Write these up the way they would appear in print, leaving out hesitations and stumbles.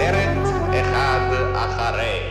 סרט אחד אחרי.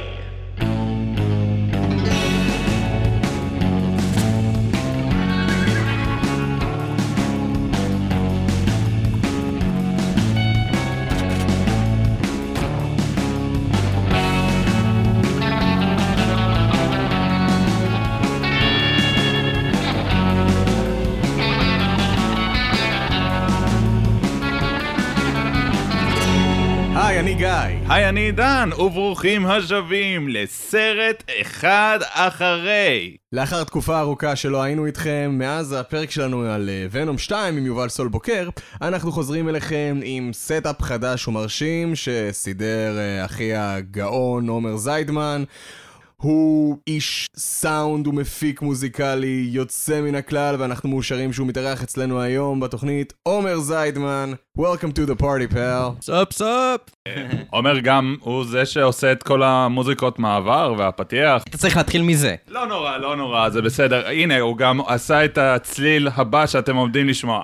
היי, אני גיא. היי, אני דן, וברוכים השבים לסרט אחד אחרי. לאחר תקופה ארוכה שלא היינו איתכם, מאז הפרק שלנו על ונום 2 עם יובל סול בוקר, אנחנו חוזרים אליכם עם סטאפ חדש ומרשים שסידר אחי הגאון עומר זיידמן. הוא איש סאונד ומפיק מוזיקלי יוצא מן הכלל, ואנחנו מאושרים שהוא מתארח אצלנו היום בתוכנית. עומר זיידמן, welcome to the party pal. סופ. עומר גם הוא זה שעושה את כל המוזיקות מעבר והפתיח. אתה צריך להתחיל מזה. לא נורא, זה בסדר. הנה, הוא גם עשה את הצליל הבא שאתם עומדים לשמוע.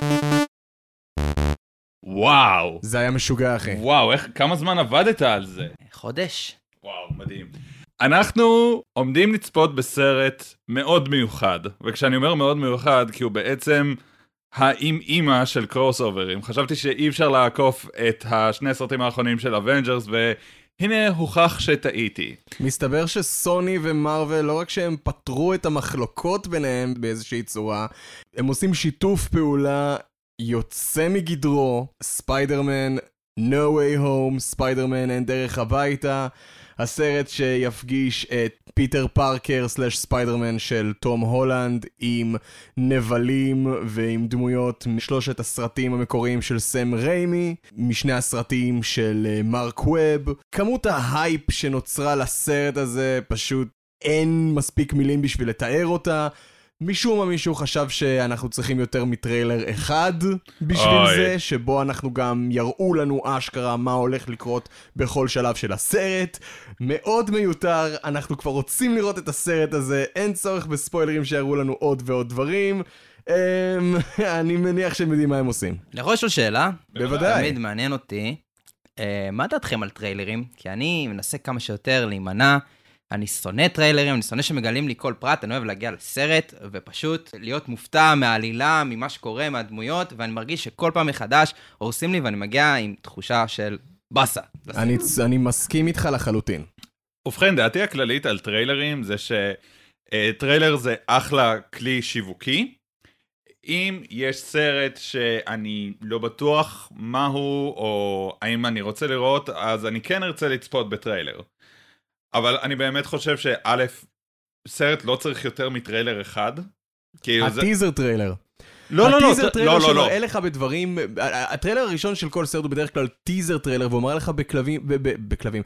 וואו. זה היה משוגע אחי. וואו, כמה זמן עבדת על זה? חודש. וואו, מדהים. אנחנו עומדים לצפות בסרט מאוד מיוחד, וכשאני אומר מאוד מיוחד, כי הוא בעצם האמא של קרוס אוברים. חשבתי שאי אפשר לעקוף את השני הסרטים האחרונים של אבנג'רס, והנה הוכח שטעיתי. מסתבר שסוני ומרוול, לא רק שהם פתרו את המחלוקות ביניהם באיזושהי צורה, הם עושים שיתוף פעולה יוצא מגדרו. ספיידרמן No Way Home, ספיידרמן אין דרך הביתה, הסרט שיפגיש את פיטר פארקר סלש ספיידרמן של תום הולנד עם נבלים ועם דמויות משלושת הסרטים המקוריים של סם ריימי, משני הסרטים של מרק ווב. כמות ההייפ שנוצרה לסרט הזה, פשוט אין מספיק מילים בשביל לתאר אותה. משום מה מישהו חשב שאנחנו צריכים יותר מטריילר אחד בשביל זה, שבו אנחנו גם יראו לנו אשכרה מה הולך לקרות בכל שלב של הסרט. מאוד מיותר, אנחנו כבר רוצים לראות את הסרט הזה, אין צורך בספוילרים שיראו לנו עוד ועוד דברים. אני מניח שהם יודעים מה הם עושים. יכול לשאול שאלה? בוודאי. תמיד מעניין אותי, מה דעתכם על טריילרים? כי אני מנסה כמה שיותר להימנע, אני שונא טריילרים, אני שונא שמגלים לי כל פרט, אני אוהב להגיע לסרט, ופשוט להיות מופתע מהעלילה, ממה שקורה, מהדמויות, ואני מרגיש שכל פעם מחדש הורסים לי, ואני מגיע עם תחושה של בסה. אני מסכים איתך לחלוטין. ובכן, דעתי הכללית על טריילרים זה שטריילר זה אחלה כלי שיווקי. אם יש סרט שאני לא בטוח מהו, או האם אני רוצה לראות, אז אני כן ארצה לצפות בטריילר. אבל אני באמת חושב שא', סרט לא צריך יותר מטריילר אחד. הטיזר טריילר. הטיזר טריילר שמראה לך בדברים, הטריילר הראשון של כל סרט הוא בדרך כלל טיזר טריילר, והוא מראה לך בכלבים,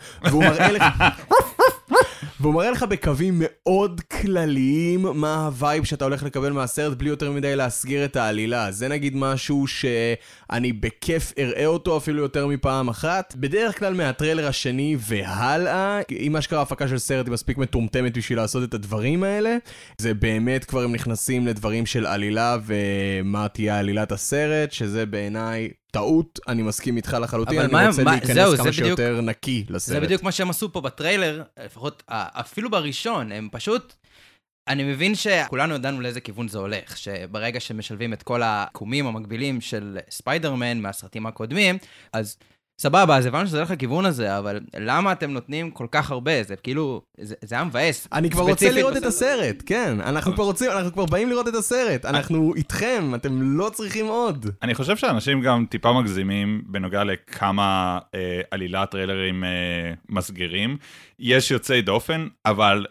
והוא מראה לך בקווים מאוד כלליים מה הווייב שאתה הולך לקבל מהסרט, בלי יותר מדי להסגיר את העלילה. זה נגיד משהו שאני בכיף אראה אותו אפילו יותר מפעם אחת. בדרך כלל מהטריילר השני והלאה, אם אשכרה הפקה של סרט היא מספיק מטומטמת בשביל לעשות את הדברים האלה, זה באמת כבר הם נכנסים לדברים של עלילה ומה תהיה עלילת הסרט, שזה בעיניי טעות. אני מסכים איתך לחלוטין, אני רוצה להיכנס כמה שיותר נקי לסרט. זה בדיוק מה שהם עשו פה בטריילר, לפחות אפילו בראשון, הם פשוט, אני מבין שכולנו ידענו לאיזה כיוון זה הולך, שברגע שמשלבים את כל הקומים המקבילים של ספיידרמן מהסרטים הקודמים, אז סבבה, אז הבנו שזה הולך לכיוון הזה, אבל למה אתם נותנים כל כך הרבה? זה כאילו, זה היה מבאס. אני כבר רוצה לראות את הסרט, כן. אנחנו כבר באים לראות את הסרט. אנחנו איתכם, אתם לא צריכים עוד. אני חושב שאנשים גם טיפה מגזימים בנוגע לכמה עלילת טריילרים מסגרים. יש יוצאי דופן, אבל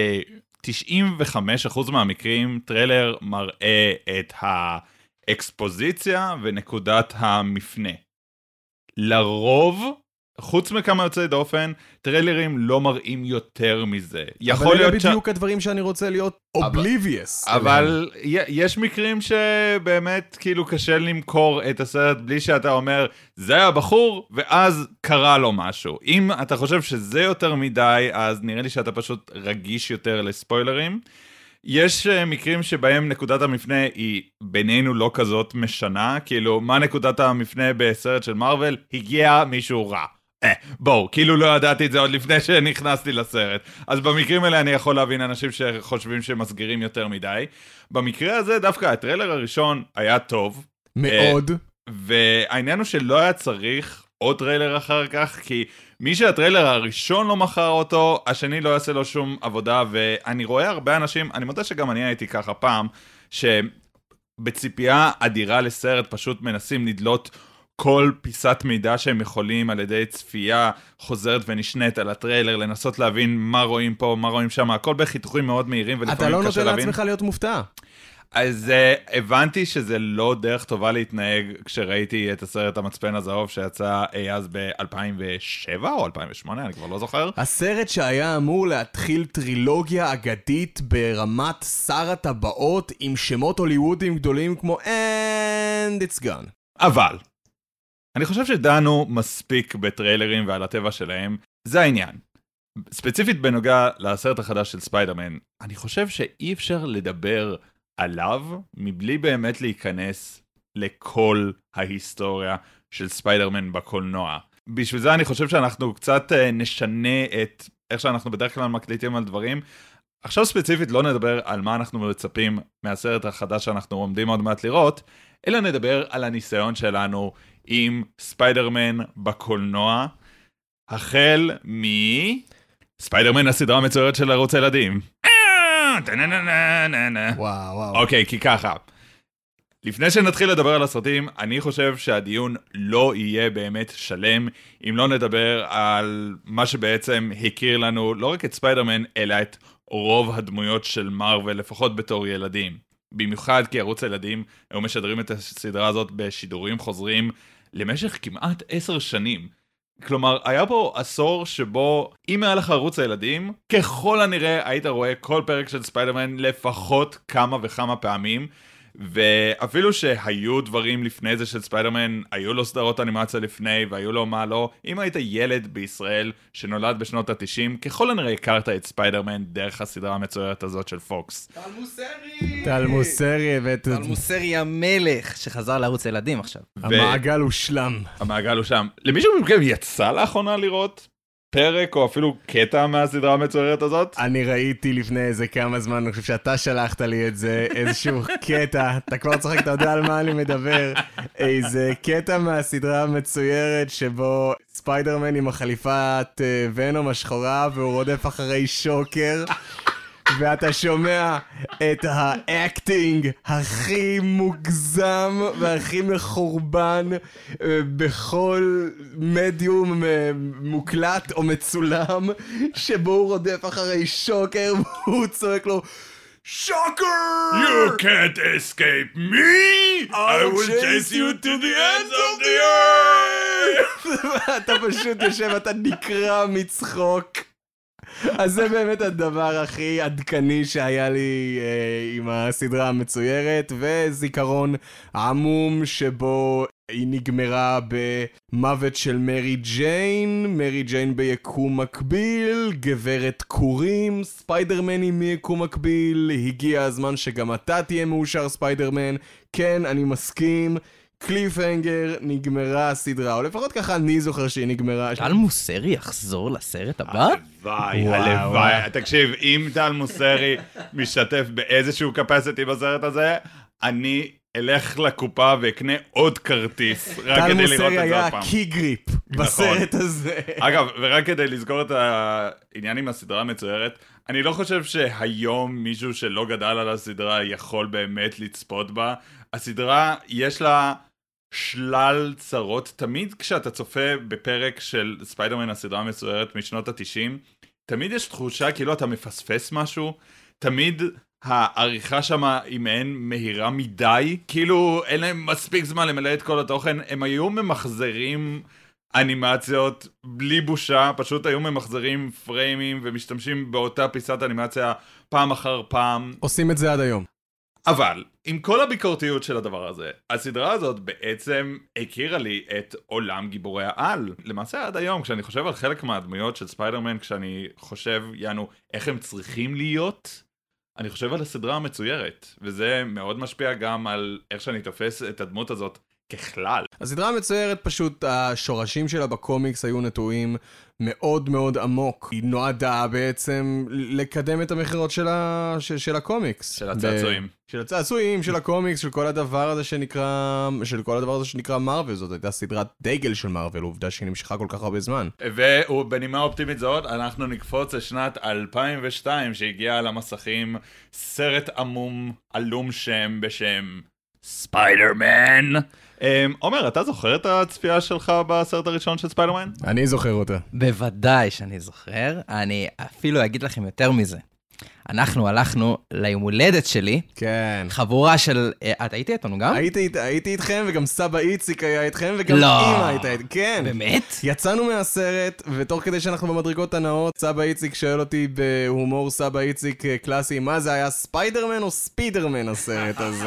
ב-95% מהמקרים טריילר מראה את האקספוזיציה ונקודת המפנה. לרוב, חוץ מכמה יוצאי דופן, טריילרים לא מראים יותר מזה. אבל אלה בדיוק הדברים שאני רוצה להיות oblivious. אבל יש מקרים שבאמת כאילו קשה למכור את הסרט בלי שאתה אומר, זה הבחור, ואז קרה לו משהו. אם אתה חושב שזה יותר מדי, אז נראה לי שאתה פשוט רגיש יותר לספוילרים. יש מקרים שבהם נקודת המפנה היא בינינו לא כזאת משנה, כאילו מה נקודת המפנה בסרט של מרוול? הגיע מישהו רע. בואו, כאילו לא ידעתי את זה עוד לפני שנכנסתי לסרט. אז במקרים האלה אני יכול להבין אנשים שחושבים שמסגירים יותר מדי. במקרה הזה דווקא הטריילר הראשון היה טוב. מאוד. והעניין הוא שלא היה צריך עוד טריילר אחר כך, כי מי שהטריילר הראשון לא מכר אותו, השני לא יעשה לו שום עבודה, ואני רואה הרבה אנשים, אני מודה שגם אני הייתי ככה פעם, שבציפייה אדירה לסרט פשוט מנסים לדלות כל פיסת מידע שהם יכולים על ידי צפייה חוזרת ונשנית על הטריילר, לנסות להבין מה רואים פה, מה רואים שם, הכל בחיתוכים מאוד מהירים ולפעמים קשה להבין. אתה לא נותן לעצמך להיות מופתע. אז הבנתי שזה לא דרך טובה להתנהג כשראיתי את הסרט המצפן הזהוב שיצא אז ב-2007 או 2008, אני כבר לא זוכר. הסרט שהיה אמור להתחיל טרילוגיה אגדית ברמת שר הטבעות עם שמות הוליוודיים גדולים כמו And It's Gone. אבל אני חושב שדנו מספיק בטריילרים ועל הטבע שלהם, זה העניין. ספציפית בנוגע לסרט החדש של ספיידרמן, אני חושב שאי אפשר לדבר עליו מבלי באמת להיכנס לכל ההיסטוריה של ספיידרמן בקולנוע. בשביל זה אני חושב שאנחנו קצת נשנה את איך שאנחנו בדרך כלל מקליטים על דברים. עכשיו ספציפית לא נדבר על מה אנחנו מצפים מהסרט החדש שאנחנו עומדים עוד מעט לראות, אלא נדבר על הניסיון שלנו עם ספיידרמן בקולנוע, החל ספיידרמן הסדרה המצוירת של ערוץ הילדים. וואו. אוקיי, כי ככה. לפני שנתחיל לדבר על הסרטים, אני חושב שהדיון לא יהיה באמת שלם, אם לא נדבר על מה שבעצם הכיר לנו לא רק את ספיידרמן, אלא את רוב הדמויות של מארוול, לפחות בתור ילדים. במיוחד כי ערוץ הילדים היו משדרים את הסדרה הזאת בשידורים חוזרים למשך כמעט 10 שנים. כלומר, היה פה עשור שבו, אם היה לך ערוץ הילדים, ככל הנראה היית רואה כל פרק של ספיידרמן לפחות כמה וכמה פעמים, ואפילו שהיו דברים לפני זה של ספיידרמן, היו לו סדרות אנימציה לפני, והיו לו מה לא, אם היית ילד בישראל שנולד בשנות ה-90, ככל הנראה הכרת את ספיידרמן דרך הסדרה המצוירת הזאת של פוקס. טל מוסרי המלך שחזר לערוץ הילדים עכשיו. המעגל הושלם. המעגל הוא שם. למישהו מכם יצא לאחרונה לראות פרק או אפילו קטע מהסדרה המצוירת הזאת? אני ראיתי לפני איזה כמה זמן, אני חושב שאתה שלחת לי את זה, איזשהו קטע, אתה כבר צוחק, אתה יודע על מה אני מדבר, איזה קטע מהסדרה המצוירת שבו ספיידרמן עם החליפת ונום השחורה והוא רודף אחרי שוקר, ואתה שומע את האקטינג הכי מוגזם והכי מחורבן בכל מדיום מוקלט או מצולם, שבו הוא רודף אחרי שוקר והוא צועק לו שוקר! You can't escape me! I will chase you to the ends of the earth! ואתה פשוט יושב, אתה נקרע מצחוק. אז זה באמת הדבר הכי עדכני שהיה לי עם הסדרה המצוירת, וזיכרון עמום שבו היא נגמרה במוות של מרי ג'יין ביקום מקביל, גברת קורים, ספיידרמנים מיקום מקביל, הגיע הזמן שגם אתה תהיה מאושר ספיידרמן, כן, אני מסכים, קליפהנגר, נגמרה הסדרה, או לפחות ככה אני זוכר שהיא נגמרה. טל מוסרי יחזור לסרט הבא? הלוואי. תקשיב, אם טל מוסרי משתתף באיזשהו קפסיטי בסרט הזה, אני אלך לקופה ואקנה עוד כרטיס, רק כדי לראות את זה עוד פעם. טל מוסרי היה קי גריפ בסרט הזה. אגב, ורק כדי לסגור את העניין עם הסדרה המצוירת, אני לא חושב שהיום מישהו שלא גדל על הסדרה יכול באמת לצפות בה. הסדרה יש לה שלל צרות, תמיד כשאתה צופה בפרק של ספיידרמן הסדרה המצוירת משנות ה-90, תמיד יש תחושה כאילו אתה מפספס משהו, תמיד העריכה שם היא מעין מהירה מדי, כאילו אין להם מספיק זמן למלא את כל התוכן, הם היו ממחזרים אנימציות בלי בושה, פשוט היו ממחזרים פריימים ומשתמשים באותה פיסת אנימציה פעם אחר פעם. עושים את זה עד היום. אבל, עם כל הביקורתיות של הדבר הזה, הסדרה הזאת בעצם הכירה לי את עולם גיבורי העל. למעשה עד היום, כשאני חושב על חלק מהדמויות של ספיידרמן, כשאני חושב, איך הם צריכים להיות, אני חושב על הסדרה המצוירת. וזה מאוד משפיע גם על איך שאני תופס את הדמות הזאת ככלל. הסדרה המצוירת פשוט, השורשים שלה בקומיקס היו נטועים מאוד מאוד עמוק. היא נועדה בעצם לקדם את המחירות של הקומיקס. של הצעצועים. של הצעצועים, של הקומיקס, של כל הדבר הזה שנקרא מרוול. זאת הייתה סדרת דגל של מרוול, עובדה שהיא נמשכה כל כך הרבה זמן. ובנימה אופטימית זאת, אנחנו נקפוץ לשנת 2002, שהגיעה למסכים סרט עלום שם בשם ספיידרמן. עומר, אתה זוכר את הצפייה שלך בסרט הראשון של ספיידרמן? אני זוכר אותה. בוודאי שאני זוכר. אני אפילו אגיד לכם יותר מזה. אנחנו הלכנו ליום הולדת שלי. כן. חבורה של... את הייתי איתנו גם? הייתי איתכם, וגם סבא איציק היה איתכם, וגם לא. אמא הייתה איתכם. כן. באמת? יצאנו מהסרט, ותוך כדי שאנחנו במדרגות הנאות, סבא איציק שואל אותי בהומור סבא איציק קלאסי, מה זה היה, ספיידרמן או ספידרמן הסרט הזה?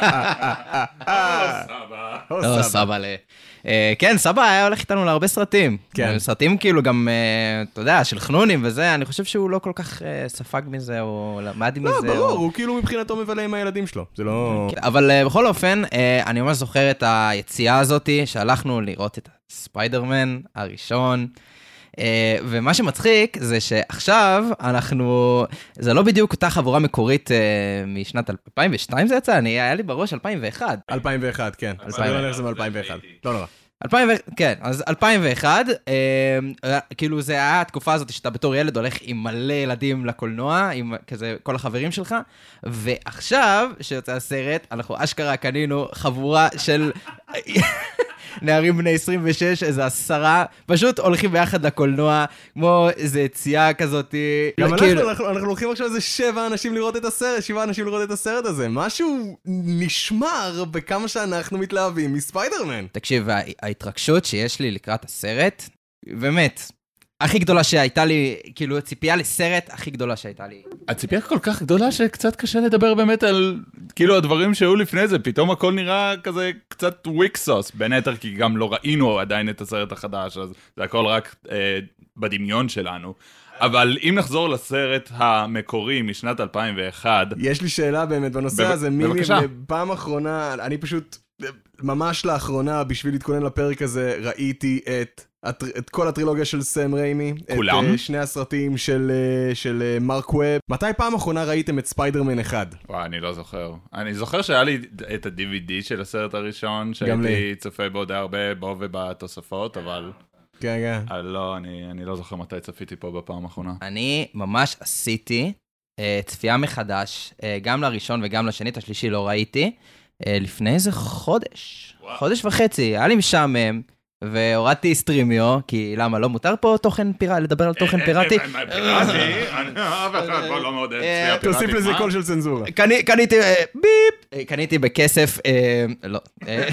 לא, סבא כן, סבא היה הולך איתנו להרבה סרטים. כן. סרטים כאילו גם, אתה יודע, של חנונים וזה, אני חושב שהוא לא כל כך ספג מזה, או למד מזה. לא, ברור, הוא כאילו מבחינתו מבלה עם הילדים שלו. זה לא... אבל בכל אופן, אני ממש זוכר את היציאה הזאת, שהלכנו לראות את הספיידרמן הראשון, ומה שמצחיק זה שעכשיו אנחנו, זה לא בדיוק אותה חבורה מקורית משנת 2002 זה יצא, היה לי בראש 2001. 2001, כן. ספיידרמן זה מ-2001. לא נורא. כן, אז 2001, כאילו זה היה התקופה הזאת שאתה בתור ילד הולך עם מלא ילדים לקולנוע, עם כזה כל החברים שלך, ועכשיו שיוצא הסרט, אנחנו אשכרה קנינו חבורה של... נערים בני 26, איזה 10, פשוט הולכים ביחד לקולנוע, כמו איזה יציאה כזאת. גם אנחנו הולכים עכשיו איזה 7 אנשים לראות את הסרט הזה. משהו נשמר בכמה שאנחנו מתלהבים מספיידרמן. תקשיב, ההתרגשות שיש לי לקראת הסרט, באמת, הכי גדולה שהייתה לי, כאילו הציפייה לסרט הכי גדולה שהייתה לי. הציפייה כל כך גדולה שקצת קשה לדבר באמת על כאילו הדברים שהיו לפני זה, פתאום הכל נראה כזה קצת וויקסוס, בין היתר כי גם לא ראינו עדיין את הסרט החדש, אז זה הכל רק בדמיון שלנו. אבל אם נחזור לסרט המקורי משנת 2001... יש לי שאלה באמת בנושא הזה, מימי, בפעם האחרונה, אני פשוט, ממש לאחרונה, בשביל להתכונן לפרק הזה, ראיתי את כל הטרילוגיה של סם ריימי. כולם? את שני הסרטים של מרק ווב. מתי פעם אחרונה ראיתם את ספיידרמן 1? וואי, אני לא זוכר. אני זוכר שהיה לי את ה-DVD של הסרט הראשון, שהייתי צופה בו די הרבה בו ובתוספות, אבל... כן. לא, אני לא זוכר מתי צפיתי פה בפעם האחרונה. אני ממש עשיתי צפייה מחדש, גם לראשון וגם לשני, את השלישי לא ראיתי, לפני איזה חודש וחצי, היה לי משעמם, והורדתי סטרימיו, כי למה, לא מותר פה לדבר על תוכן פיראטי? פיראטי? אף אחד פה לא מעודד צפייה פיראטית. תוסיף לזה קול של צנזורה. קניתי, ביפ, קניתי בכסף, לא.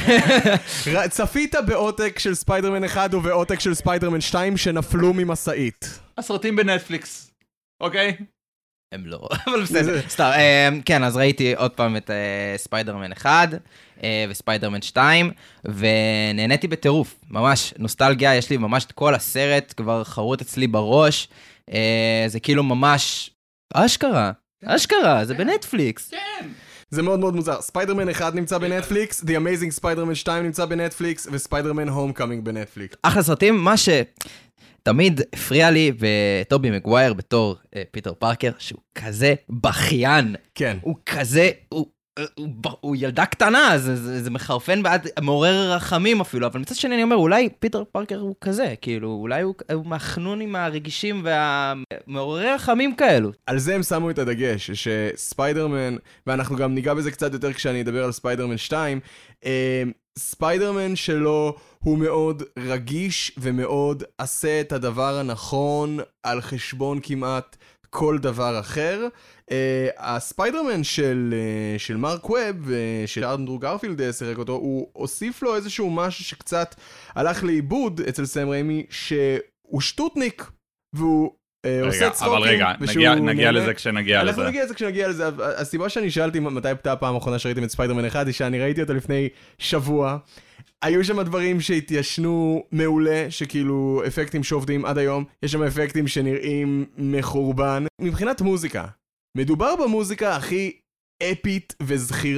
צפית בעותק של ספיידרמן 1 ובעותק של ספיידרמן 2 שנפלו ממסעית. הסרטים בנטפליקס, אוקיי? הם לא, אבל בסדר, סתם. כן, אז ראיתי עוד פעם את ספיידרמן 1 וספיידרמן 2, ונהניתי בטירוף, ממש נוסטלגיה, יש לי ממש את כל הסרט, כבר חרוט אצלי בראש, זה כאילו ממש אשכרה, זה בנטפליקס. כן. זה מאוד מאוד מוזר. ספיידרמן 1 נמצא בנטפליקס, The Amazing Spider-Man 2 נמצא בנטפליקס, וספיידרמן Homecoming בנטפליקס. אחלה סרטים, מה שתמיד הפריע לי וטובי מגווייר בתור פיטר פארקר, שהוא כזה בכיין. כן. הוא כזה, הוא ילדה קטנה, זה מחרפן בעד, מעורר רחמים אפילו, אבל מצד שני אני אומר, אולי פיטר פארקר הוא כזה, כאילו, אולי הוא מחנון עם הרגישים והמעורר רחמים כאלו. על זה הם שמו את הדגש, שספיידרמן, ואנחנו גם ניגע בזה קצת יותר כשאני אדבר על ספיידרמן 2, ספיידרמן שלו הוא מאוד רגיש ומאוד עשה את הדבר הנכון על חשבון כמעט כל דבר אחר. הספיידרמן של מרק ווב, של אנדרו גרפילד שיחק אותו, הוא הוסיף לו איזשהו משהו שקצת הלך לאיבוד אצל סם ריימי, שהוא שטוטניק, והוא עושה צחוקים. אבל רגע, נגיע לזה כשנגיע לזה. אנחנו נגיע לזה כשנגיע לזה. הסיבה שאני שאלתי מתי הייתה הפעם האחרונה שראיתם את ספיידרמן 1, היא שאני ראיתי אותו לפני שבוע. היו שם דברים שהתיישנו מעולה, שכאילו אפקטים שעובדים עד היום, יש שם אפקטים שנראים מחורבן. מבחינת מוזיקה, מדובר במוזיקה הכי אפית וזכירה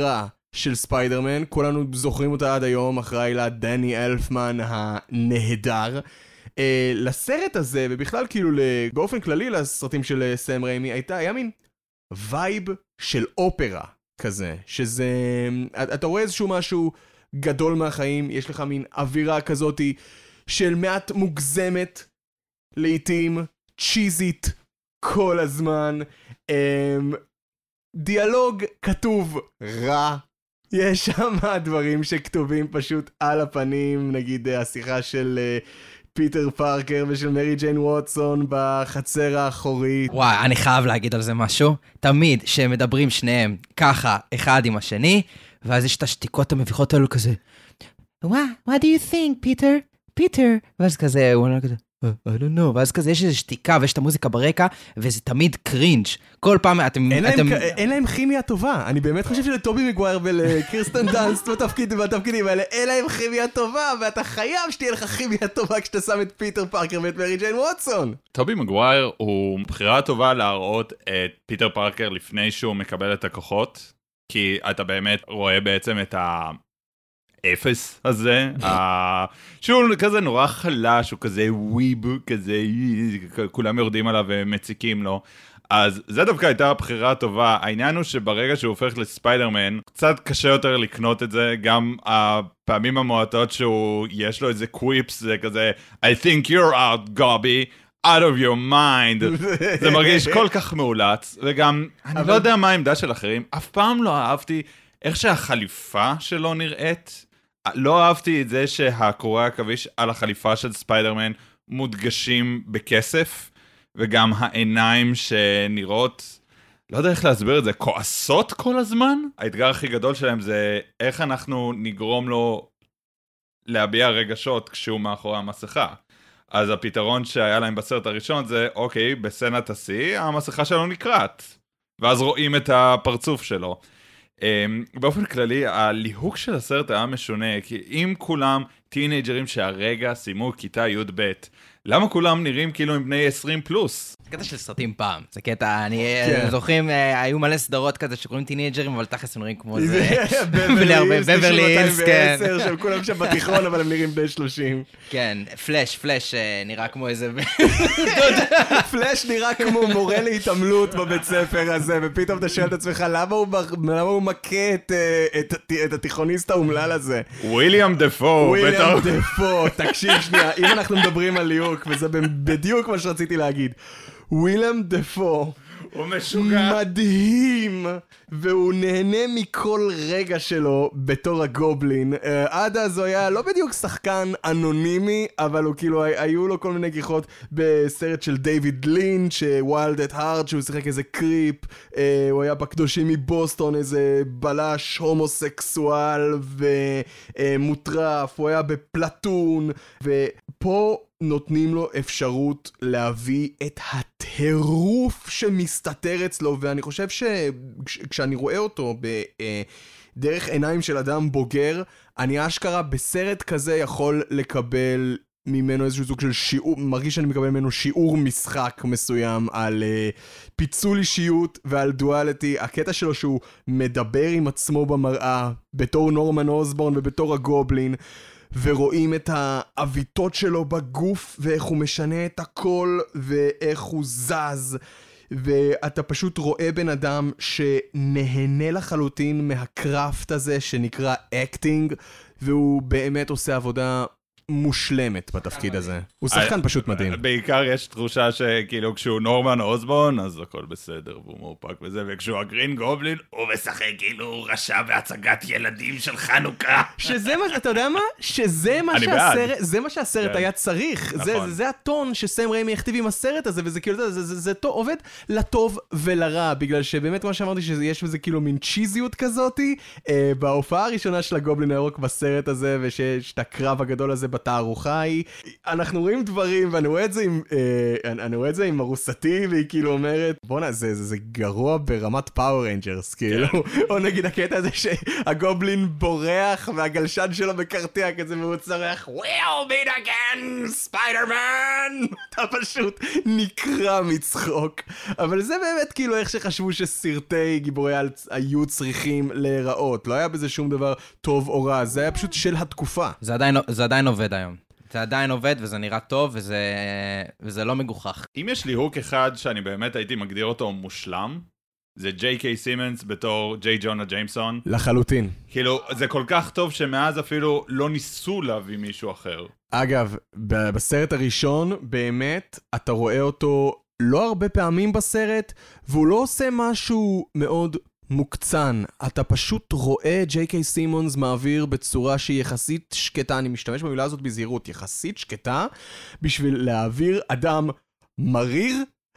של ספיידרמן, כולנו זוכרים אותה עד היום, אחראי לה דני אלפמן הנהדר. לסרט הזה, ובכלל כאילו באופן כללי לסרטים של סם ריימי, היה מין וייב של אופרה כזה, שזה, אתה רואה איזשהו משהו גדול מהחיים, יש לך מין אווירה כזאת של מעט מוגזמת, לעתים צ'יזית כל הזמן, דיאלוג כתוב רע, יש שם דברים שכתובים פשוט על הפנים, נגיד השיחה של פיטר פארקר ושל מרי ג'יין ווטסון בחצר האחורית. וואי, אני חייב להגיד על זה משהו. תמיד שהם מדברים שניהם ככה, אחד עם השני, ואז יש את השתיקות המביכות האלו כזה, What do you think, Peter? ואז כזה, הוא אומר כזה, I don't know, ואז כזה יש איזו שתיקה ויש את המוזיקה ברקע, וזה תמיד קרינג'. כל פעם אין להם כימיה טובה. אני באמת חושב שלטובי מגווייר ולקירסטן דאנסט בתפקידים האלה, אין להם כימיה טובה, ואתה חייב שתהיה לך כימיה טובה כשאתה שם את פיטר פארקר ואת מרי ג'יין ווטסון. טובי מגווייר הוא בחירה טובה להראות את פיטר פארקר לפני שהוא מקבל את הכוחות, כי אתה באמת רואה בעצם את האפס הזה, שהוא כזה נורא חלש, הוא כזה וויב, כזה, כולם יורדים עליו ומציקים לו. אז זה דווקא הייתה הבחירה טובה. העניין הוא שברגע שהוא הופך לספיידרמן, קצת קשה יותר לקנות את זה, גם הפעמים המועטות שיש לו איזה קוויפס, זה כזה, I think you're out, Gobby, out of your mind. זה מרגיש כל כך מאולץ, וגם, אני לא יודע מה העמדה של אחרים, אף פעם לא אהבתי איך שהחליפה שלו נראית, לא אהבתי את זה שהקורי עכביש על החליפה של ספיידרמן מודגשים בכסף, וגם העיניים שנראות, לא יודע איך להסביר את זה, כועסות כל הזמן. האתגר הכי גדול שלהם זה איך אנחנו נגרום לו להביע רגשות כשהוא מאחורי המסכה. אז הפתרון שהיה להם בסרט הראשון זה, אוקיי, בסצנת השיא, המסכה שלו נקראת, ואז רואים את הפרצוף שלו. באופן כללי, הליהוק של הסרט היה משונה, כי אם כולם טינג'רים שהרגע סיימו כיתה י"ב, למה כולם נראים כאילו עם בני 20 פלוס? זה קטע של סרטים פעם, זה קטע, אני זוכרים, היו מלא סדרות כזה שקוראים טינג'רים, אבל תכף הם נראים כמו זה. בברלי הילס, כן. שהם כולם שם בתיכון, אבל הם נראים בני 30. כן, פלאש נראה כמו איזה... פלאש נראה כמו מורה להתעמלות בבית ספר הזה, ופתאום אתה שואל את עצמך, למה הוא מכה את התיכוניסט האומלל הזה? וויליאם דפו. וויליאם דפו, תקשיב שנייה, אם אנחנו מדברים על ליהוק, וזה בדיוק מה שרציתי להגיד, וויליאם דפו הוא משוגע. מדהים, והוא נהנה מכל רגע שלו בתור הגובלין. עד אז הוא היה לא בדיוק שחקן אנונימי, אבל הוא כאילו, היו לו כל מיני גיחות בסרט של דיוויד לינץ', ווילד את הארט, שהוא שיחק איזה קריפ, הוא היה בקדושים מבוסטון, איזה בלש הומוסקסואל ומוטרף, הוא היה בפלטון, ופה נותנים לו אפשרות להביא את הטירוף שמסתתר אצלו, ואני חושב שכשאני רואה אותו בדרך עיניים של אדם בוגר, אני אשכרה בסרט כזה יכול לקבל ממנו איזשהו סוג של שיעור, מרגיש שאני מקבל ממנו שיעור משחק מסוים על פיצול אישיות ועל דואליטי. הקטע שלו שהוא מדבר עם עצמו במראה בתור נורמן אוסבורן ובתור הגובלין, ורואים את האביתות שלו בגוף, ואיך הוא משנה את הכל, ואיך הוא זז, ואתה פשוט רואה בן אדם שנהנה לחלוטין מהקראפט הזה שנקרא אקטינג, והוא באמת עושה עבודה מושלמת בתפקיד הזה. הוא שחקן פשוט מדהים. בעיקר יש תחושה שכאילו כשהוא נורמן אוסבורן, אז הכל בסדר, והוא מאופק וזה, וכשהוא הגרין גובלין, הוא משחק כאילו הוא רשע בהצגת ילדים של חנוכה. שזה מה, אתה יודע מה? זה מה שהסרט היה צריך. זה הטון שסם ריימי הכתיב עם הסרט הזה, וזה כאילו, זה עובד לטוב ולרע, בגלל שבאמת מה שאמרתי שיש בזה כאילו מין צ'יזיות כזאתי, בהופעה הראשונה של הגובלין הירוק בסרט הזה, ושיש את הקרב הגדול הזה בתערוכה היא, אנחנו רואים דברים, ואני רואה את זה עם ארוסתי, והיא כאילו אומרת, בונה, זה גרוע ברמת פאוור רנג'רס, כאילו, או נגיד הקטע הזה שהגובלין בורח, והגלשן שלו מקרטע כזה, והוא צורח, We'll meet again, Spider-Man! אתה פשוט נקרע מצחוק. אבל זה באמת כאילו איך שחשבו שסרטי גיבורי על היו צריכים להיראות. לא היה בזה שום דבר טוב או רע, זה היה פשוט של התקופה. זה עדיין עובד היום. זה עדיין עובד וזה נראה טוב וזה לא מגוחך. אם יש לי הוק אחד שאני באמת הייתי מגדיר אותו מושלם, זה ג'יי קיי סימנס בתור ג'יי ג'ונה ג'יימסון. לחלוטין. כאילו, זה כל כך טוב שמאז אפילו לא ניסו להביא מישהו אחר. אגב, בסרט הראשון, באמת, אתה רואה אותו לא הרבה פעמים בסרט, והוא לא עושה משהו מאוד מוקצן. אתה פשוט רואה ג'יי קיי סימונס מעביר בצורה שהיא יחסית שקטה, אני משתמש במילה הזאת בזהירות, יחסית שקטה, בשביל להעביר אדם מריר,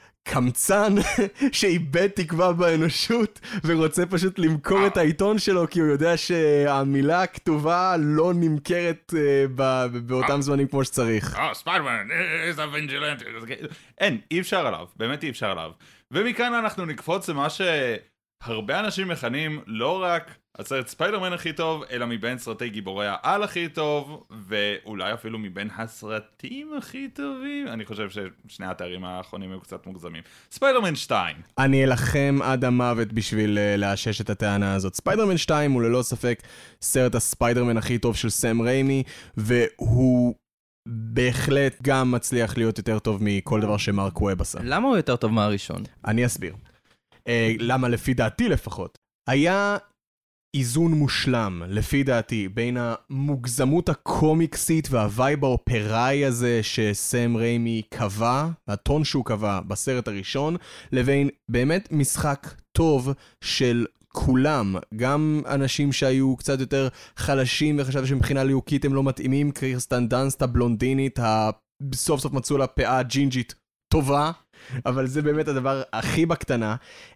קמצן שאיבד תקווה באנושות ורוצה פשוט למכור את העיתון שלו כי הוא יודע שהמילה הכתובה לא נמכרת באותם זמנים כמו שצריך. ספיידרמן, איזה וינג'לנט. אין, אי אפשר עליו, באמת אי אפשר עליו. ומכאן אנחנו נקפוץ למה שהרבה אנשים מכנים לא רק הסרט ספיידרמן הכי טוב, אלא מבין סרטי גיבורי העל הכי טוב, ואולי אפילו מבין הסרטים הכי טובים. אני חושב ששני התארים האחרונים היו קצת מוגזמים. ספיידרמן 2. אני אלחם עד המוות בשביל לאשש את הטענה הזאת. ספיידרמן 2 הוא ללא ספק סרט הספיידרמן הכי טוב של סם ריימי, והוא בהחלט גם מצליח להיות יותר טוב מכל דבר שמרק ווב עשה. למה הוא יותר טוב מהראשון? אני אסביר. למה לפי דעתי לפחות. היה איזון מושלם, לפי דעתי, בין המוגזמות הקומיקסית והווייב האופראי הזה שסם ריימי קבע, הטון שהוא קבע בסרט הראשון, לבין באמת משחק טוב של כולם, גם אנשים שהיו קצת יותר חלשים וחשבו שמבחינה ליהוקית הם לא מתאימים, קריסטן דאנסט הבלונדינית, סוף סוף מצאו לה פאה ג'ינג'ית טובה, אבל זה באמת הדבר הכי בקטנה.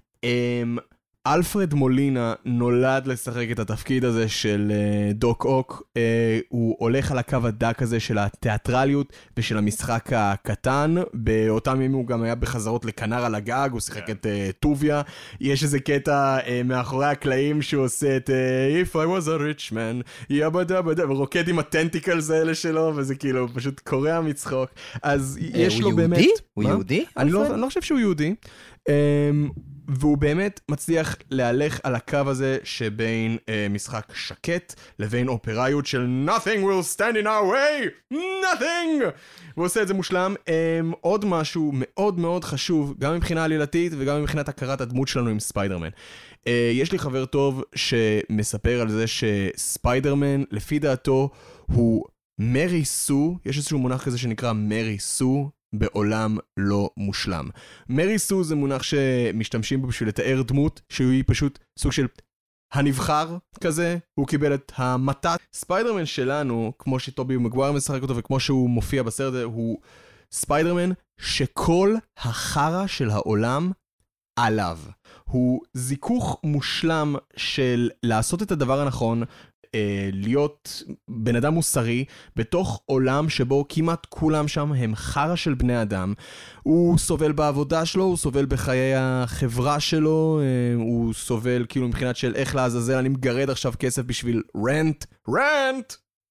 אלפרד מולינה נולד לשחק את התפקיד הזה של דוק אוק, הוא הולך על הקו הדק הזה של התיאטרליות ושל המשחק הקטן, באותם ימים הוא גם היה בחזרות לכנר על הגג, הוא שיחק את טוביה, יש איזה קטע מאחורי הקלעים שהוא עושה את If I was a rich man, ורוקד עם הטנטיקלס האלה שלו, וזה כאילו פשוט קורע מצחוק, אז יש לו באמת... הוא יהודי? אני לא חושב שהוא יהודי. והוא באמת מצליח להלך על הקו הזה שבין משחק שקט לבין אופראיות של Nothing will stand in our way! Nothing! והוא עושה את זה מושלם. עוד משהו מאוד מאוד חשוב, גם מבחינה עלילתית וגם מבחינת הכרת הדמות שלנו עם ספיידרמן. יש לי חבר טוב שמספר על זה שספיידרמן, לפי דעתו, הוא מרי סו, יש איזשהו מונח כזה שנקרא מרי סו, בעולם לא מושלם. מרי סו זה מונח שמשתמשים בו בשביל לתאר דמות שהיא פשוט סוג של הנבחר כזה, הוא קיבל את המתת. ספיידרמן שלנו, כמו שטובי מגואר משחק אותו וכמו שהוא מופיע בסרט הזה, הוא ספיידרמן שכל החרה של העולם עליו. הוא זיכוך מושלם של לעשות את הדבר הנכון, להיות בן אדם מוסרי בתוך עולם שבו כמעט כולם שם הם חרה של בני אדם. הוא סובל בעבודה שלו, הוא סובל בחיי החברה שלו, הוא סובל כאילו מבחינת של איך לעזאזל אני מגרד עכשיו כסף בשביל רנט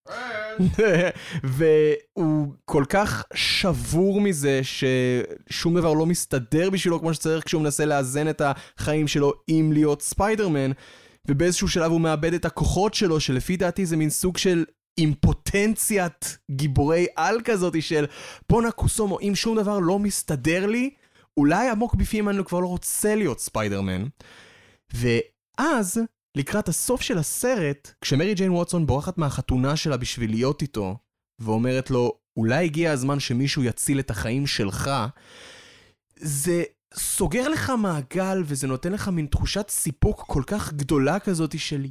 והוא כל כך שבור מזה ששום דבר לא מסתדר בשבילו כמו שצריך כשהוא מנסה לאזן את החיים שלו עם להיות ספיידרמן, ובאיזשהו שלב הוא מאבד את הכוחות שלו, שלפי דעתי זה מין סוג של אימפוטנציית גיבורי על כזאת של בונה קוסומו, אם שום דבר לא מסתדר לי, אולי עמוק בפנים אני כבר לא רוצה להיות ספיידרמן. ואז, לקראת הסוף של הסרט, כשמרי ג'יין ווטסון בורחת מהחתונה שלה בשביל להיות איתו, ואומרת לו, אולי הגיע הזמן שמישהו יציל את החיים שלך, זה סוגר לך מעגל, וזה נותן לך מין תחושת סיפוק כל כך גדולה כזאת של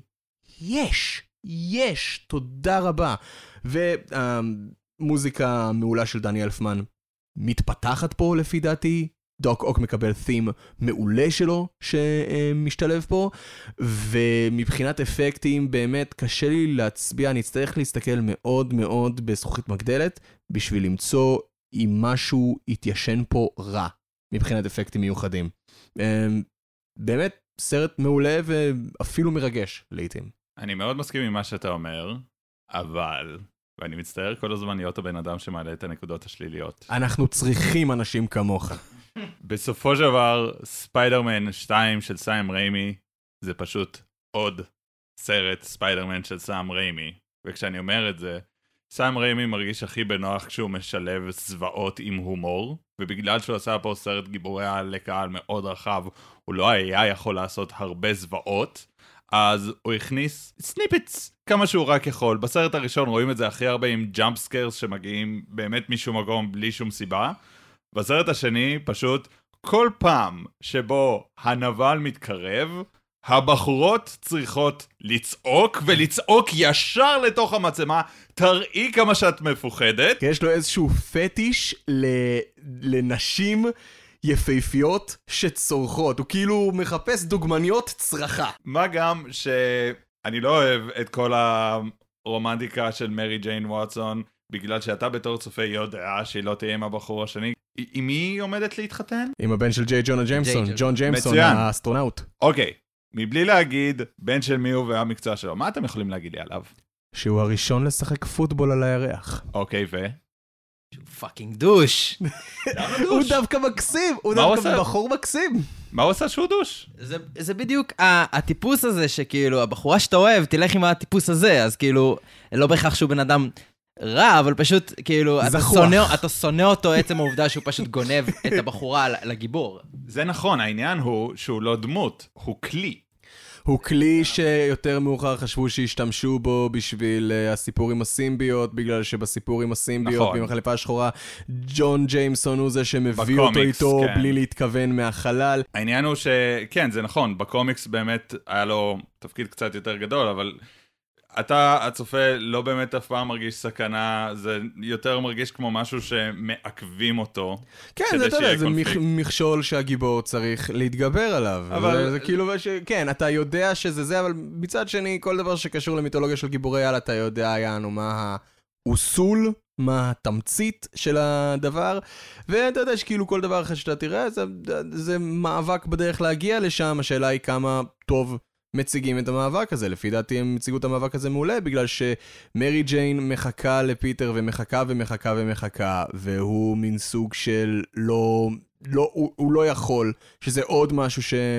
יש, תודה רבה. והמוזיקה המעולה של דני אלפמן מתפתחת פה לפי דעתי, דוק אוק מקבל תים מעולה שלו שמשתלב פה, ומבחינת אפקטים באמת קשה לי להצביע, אני אצטרך להסתכל מאוד מאוד בזכוכית מגדלת, בשביל למצוא אם משהו התיישן פה רע. מבחינת אפקטים מיוחדים. באמת, סרט מעולה ואפילו מרגש לעתים. אני מאוד מסכים עם מה שאתה אומר, אבל ואני מצטער כל הזמן להיות הבן אדם שמעלה את הנקודות השליליות. אנחנו צריכים אנשים כמוך. בסופו של דבר, ספיידרמן 2 של סאם ריימי, זה פשוט עוד סרט ספיידרמן של סאם ריימי. וכשאני אומר את זה, סאם ריימי מרגיש הכי בנוח כשהוא משלב זוועות עם הומור, ובגלל שהוא עשה פה סרט גיבורי על לקהל מאוד רחב, הוא לא היה יכול לעשות הרבה זוועות, אז הוא הכניס סניפטס כמה שהוא רק יכול. בסרט הראשון רואים את זה הכי הרבה עם ג'אמפ סקיירס שמגיעים באמת משום מקום בלי שום סיבה. בסרט השני פשוט כל פעם שבו הנבל מתקרב, הבחורות צריכות לצעוק, ולצעוק ישר לתוך המצלמה, תראי כמה שאת מפוחדת. יש לו איזשהו פטיש לנשים יפהפיות שצורכות, הוא כאילו מחפש דוגמניות צרחה. מה גם שאני לא אוהב את כל הרומנטיקה של מרי ג'יין ווטסון, בגלל שאתה בתור צופה יודע שהיא לא תהיה עם הבחור השני. עם מי היא עומדת להתחתן? עם הבן של ג'יי ג'ונה ג'יימסון, ג'ון ג'יימסון, מצוין. האסטרונאוט. אוקיי, מבלי להגיד בן של מי הוא והמקצוע שלו, מה אתם יכולים להגיד לי עליו? שהוא הראשון לשחק פוטבול על הירח. אוקיי, שהוא פאקינג דוש. הוא דווקא מקסים, הוא מה הוא דווקא עושה? בחור מקסים. מה הוא עושה שהוא דוש? זה בדיוק הטיפוס הזה שכאילו, הבחורה שאתה אוהב, תלך עם הטיפוס הזה, אז כאילו, לא בהכרח שהוא בן אדם רע, אבל פשוט כאילו, אתה שונא אותו עצם העובדה שהוא פשוט גונב את הבחורה לגיבור. זה נכון, העניין הוא שהוא לא דמות, הוא כלי. הוא כלי שיותר מאוחר חשבו שהשתמשו בו בשביל הסיפור עם הסימביות, בגלל שבסיפור עם הסימביות, נכון. עם החליפה השחורה, ג'ון ג'יימסון הוא זה שמביא אותו בקומיקס, איתו כן. בלי להתכוון מהחלל. העניין הוא שכן, זה נכון, בקומיקס באמת היה לו תפקיד קצת יותר גדול, אבל אתה, הצופה, לא באמת אף פעם מרגיש סכנה, זה יותר מרגיש כמו משהו שמעכבים אותו. כן, כדי זה, אתה יודע, שיהיה זה קונפליקט. מכשול שהגיבור צריך להתגבר עליו. אבל- זה כאילו, כן, אתה יודע שזה זה, אבל מצד שני, כל דבר שקשור למיתולוגיה של גיבורי על, אתה יודע, יענו, מה האוסול, מה התמצית של הדבר, ואתה יודע שכאילו כל דבר אחרי שאתה תראה, זה מאבק בדרך להגיע לשם, השאלה היא כמה טוב מציגים את המאבק הזה. לפי דעתי הם מציגו את המאבק הזה מעולה, בגלל שמרי ג'יין מחכה לפיטר ומחכה ומחכה ומחכה, והוא מין סוג של הוא לא יכול, שזה עוד משהו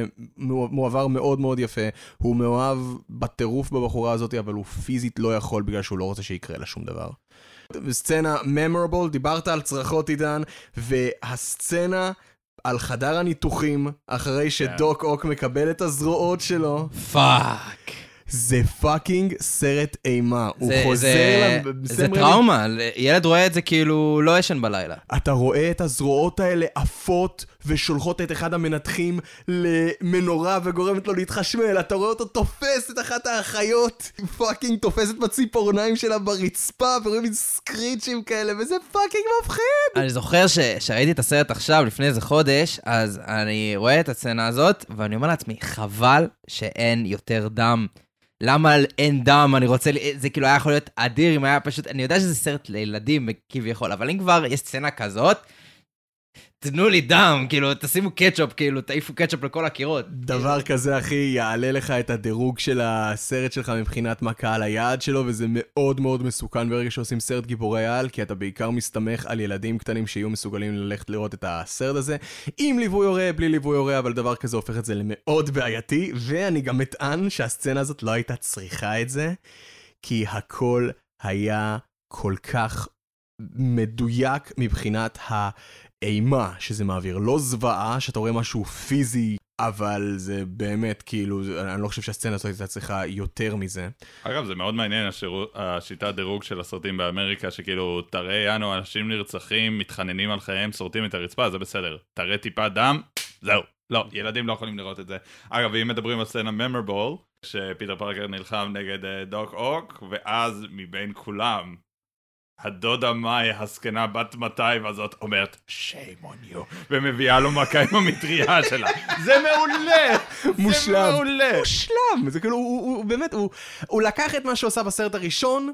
שמועבר מאוד מאוד יפה. הוא מאוהב בטירוף בבחורה הזאת, אבל הוא פיזית לא יכול, בגלל שהוא לא רוצה שיקרה לה שום דבר. סצנה memorable, דיברת על צרחות עידן, והסצנה על חדר הניתוחים, אחרי שדוק אוק מקבל את הזרועות שלו, פאק. זה פאקינג סרט אימה. הוא חוזר זה טראומה, ילד רואה את זה כאילו לא ישן בלילה. אתה רואה את הזרועות האלה עפות ושולחות את אחד המנתחים למנורה וגורמת לו להתחשמל. אתה רואה אותו תופס את אחת האחיות, פאקינג תופסת בציפורניים שלה ברצפה, ורואים סקריצ'ים כאלה, וזה פאקינג מפחיד. אני זוכר שראיתי את הסרט עכשיו לפני איזה חודש, אז אני רואה את הסצנה הזאת, ואני אומר לעצמי, חבל שאין יותר דם. למה אין דם? אני רוצה, זה כאילו היה יכול להיות אדיר אם היה פשוט, אני יודע שזה סרט לילדים כביכול, אבל אם כבר יש סצנה כזאת, תנו לי דם, כאילו, תשימו קטשופ, כאילו, תעיפו קטשופ לכל הקירות. דבר כזה, אחי, יעלה לך את הדירוג של הסרט שלך מבחינת מה קהל היעד שלו, וזה מאוד מאוד מסוכן ברגע שעושים סרט גיבורי על, כי אתה בעיקר מסתמך על ילדים קטנים שיהיו מסוגלים ללכת לראות את הסרט הזה, עם ליווי הורה, בלי ליווי הורה, אבל דבר כזה הופך את זה למאוד בעייתי, ואני גם מטען שהסצנה הזאת לא הייתה צריכה את זה, כי הכל היה כל כך מדויק מבחינת אימה שזה מעביר, לא זוועה שאתה רואה משהו פיזי, אבל זה באמת כאילו, אני לא חושב שהסצנה הזאת הייתה צריכה יותר מזה. אגב, זה מאוד מעניין השיטת דירוג של הסרטים באמריקה, שכאילו, תראה יאנו, אנשים נרצחים, מתחננים על חייהם, שורטים את הרצפה, זה בסדר. תראה טיפה דם, זהו. לא, ילדים לא יכולים לראות את זה. אגב, אם מדברים על סצנה memorable, שפיטר פארקר נלחם נגד דוק אוק, ואז מבין כולם, הדודה מאי, הסקנה בת 200 הזאת, אומרת, shame on you, ומביאה לו מכה עם המטריה שלה. זה מעולה! מושלם. זה מעולה! מושלם! זה כאילו, הוא באמת, הוא לקח את מה שהוא עשה בסרט הראשון,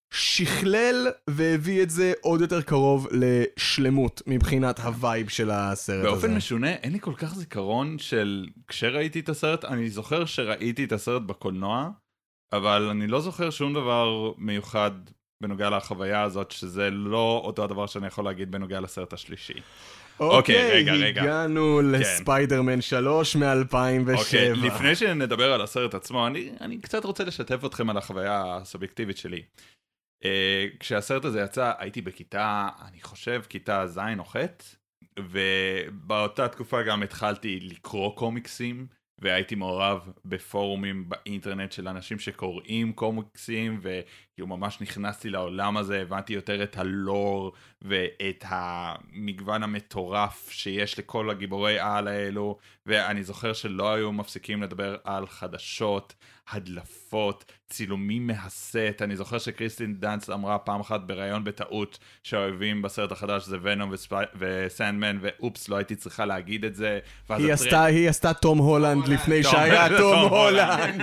שכלל והביא את זה עוד יותר קרוב לשלמות מבחינת הווייב של הסרט הזה. באופן משונה, אין לי כל כך זיכרון של כשראיתי את הסרט, אני זוכר שראיתי את הסרט בקולנוע, אבל אני לא זוכר שום דבר מיוחד בנוגע לחוויה הזאת, שזה לא אותו הדבר שאני יכול להגיד בנוגע לסרט השלישי. אוקיי, רגע. הגענו לספיידרמן 3 מ-2007. אוקיי, לפני שנדבר על הסרט עצמו, אני קצת רוצה לשתף אתכם על החוויה הסובייקטיבית שלי. כשהסרט הזה יצא, הייתי בכיתה, אני חושב, כיתה ז' או ח', ובאותה תקופה גם התחלתי לקרוא קומיקסים, והייתי מעורב בפורומים באינטרנט של אנשים שקוראים קומיקסים, וכאילו ממש נכנסתי לעולם הזה, הבנתי יותר את הלור ואת המגוון המטורף שיש לכל הגיבורי העל האלו, ואני זוכר שלא היו מפסיקים לדבר על חדשות, הדלפות, צילומים מהסט. אני זוכר שקריסטין דאנס אמרה פעם אחת בראיון בטעות שהאוהבים בסרט החדש זה ונום וסנדמן, ואופס, לא הייתי צריכה להגיד את זה. היא עשתה תום הולנד לפני שהיה תום הולנד.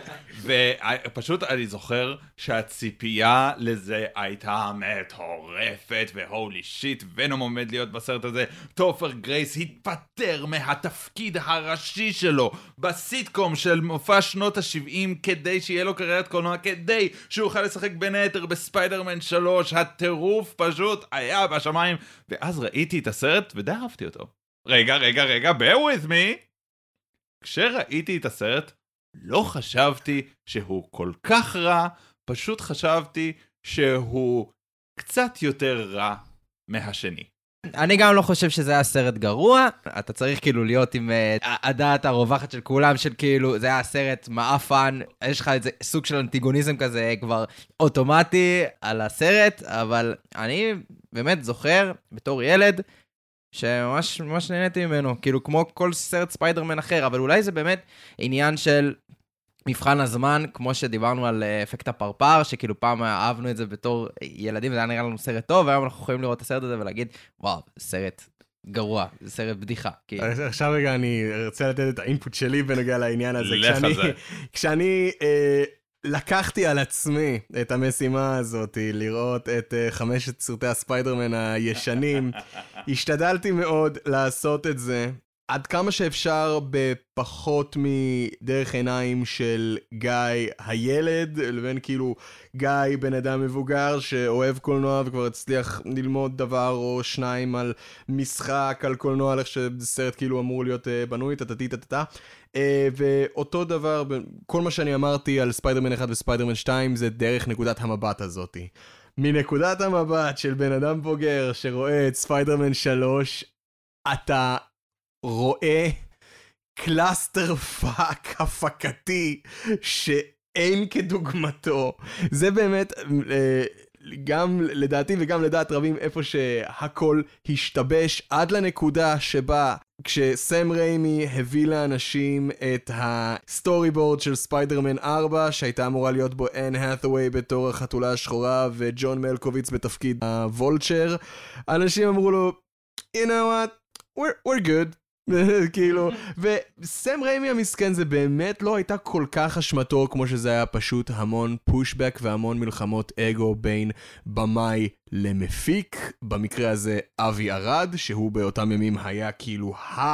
ופשוט אני זוכר שהציפייה לזה הייתה מטורפת, והולי שיט, ונום עומד להיות בסרט הזה. טופר גרייס התפטר מהתפקיד הראשי שלו בסיטקום של מופע שנות ה-70 כדי שיהיה לו קריירת קולנוע, כדי שהוא יוכל לשחק בין היתר בספיידרמן 3. הטירוף פשוט היה בשמיים. ואז ראיתי את הסרט ודי אהבתי אותו. רגע, bear with me. כשראיתי את הסרט, לא חשבתי שהוא כל כך רע, פשוט חשבתי שהוא קצת יותר רע מהשני. אני גם לא חושב שזה היה סרט גרוע, אתה צריך כאילו להיות עם הדעת הרווחת של כולם, של כאילו, זה היה סרט מאפן, יש לך איזה סוג של אנטיגוניזם כזה כבר אוטומטי על הסרט, אבל אני באמת זוכר בתור ילד, שממש נהניתי ממנו, כאילו כמו כל סרט ספיידרמן אחר, אבל אולי זה באמת עניין של מבחן הזמן, כמו שדיברנו על אפקט הפרפר, שכאילו פעם אהבנו את זה בתור ילדים, וזה היה נראה לנו סרט טוב, והיום אנחנו יכולים לראות את הסרט הזה ולהגיד, וואו, סרט גרוע, זה סרט בדיחה. עכשיו רגע, אני רוצה לתת את האינפוט שלי בנוגע לעניין הזה. כשאני לקחתי על עצמי את המשימה הזאת, לראות את 5 סרטי הספיידרמן הישנים, השתדלתי מאוד לעשות את זה עד כמה שאפשר בפחות מדרך עיניים של גיא הילד, לבין כאילו גיא בן אדם מבוגר שאוהב קולנוע וכבר הצליח ללמוד דבר או שניים על משחק, על קולנוע, על איך שסרט כאילו אמור להיות בנוי, תתתתתתת. ואותו דבר, כל מה שאני אמרתי על ספיידרמן 1 וספיידרמן 2 זה דרך נקודת המבט הזאת. מנקודת המבט של בן אדם בוגר שרואה את ספיידרמן 3, אתה רואה קלאסטר פאק הפקתי שאין כדוגמתו. זה באמת גם לדעתי וגם לדעת רבים איפה שהכל השתבש עד לנקודה שבה כשסם ריימי הביא לאנשים את הסטורי בורד של ספיידרמן 4 שהייתה אמורה להיות בו אן האת'ווי בתור החתולה השחורה וג'ון מלקוביץ בתפקיד הוולצ'ר, אנשים אמרו לו you know what, we're good. כאילו, וסם ריימי המסכן זה באמת לא הייתה כל כך אשמתו כמו שזה היה פשוט המון פושבק והמון מלחמות אגו בין במאי למפיק, במקרה הזה אבי ארד, שהוא באותם ימים היה כאילו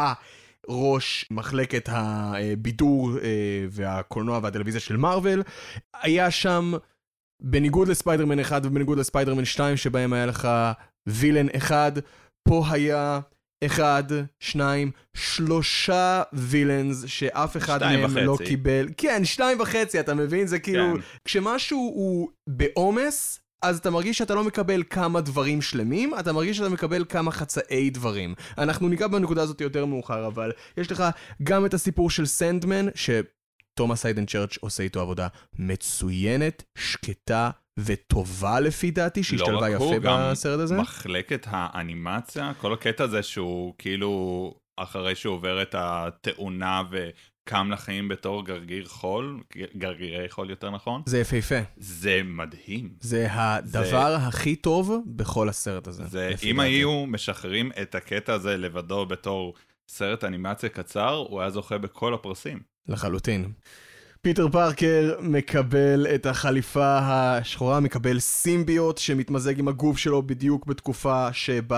ראש מחלקת הבידור והקולנוע והטלוויזיה של מארוול. היה שם, בניגוד לספיידרמן 1 ובניגוד לספיידרמן 2 שבהם היה לך וילן אחד, פה היה 1, 2, 3 וילנס שאף אחד מהם לא קיבל. כן, 2.5, אתה מבין? זה כאילו, כשמשהו הוא בעומס, אז אתה מרגיש שאתה לא מקבל כמה דברים שלמים, אתה מרגיש שאתה מקבל כמה חצאי דברים. אנחנו ניגע בנקודה הזאת יותר מאוחר, אבל יש לך גם את הסיפור של סנדמן, שתומאס היידן צ'רץ' עושה איתו עבודה מצוינת, שקטה, וטובה לפי דעתי, שהשתלבה יפה בסרט הזה. לא רק הוא, גם מחלקת האנימציה, כל הקטע הזה שהוא כאילו, אחרי שהוא עובר את התאונה וקם לחיים בתור גרגיר חול, גרגירי חול יותר נכון. זה יפה. זה מדהים. זה הדבר הכי טוב בכל הסרט הזה. אם היו משחררים את הקטע הזה לבדו בתור סרט אנימציה קצר, הוא היה זוכה בכל הפרסים. לחלוטין. פיטר פארקר מקבל את החליפה השחורה, מקבל סימביוט שמתמזג עם הגוף שלו בדיוק בתקופה שבה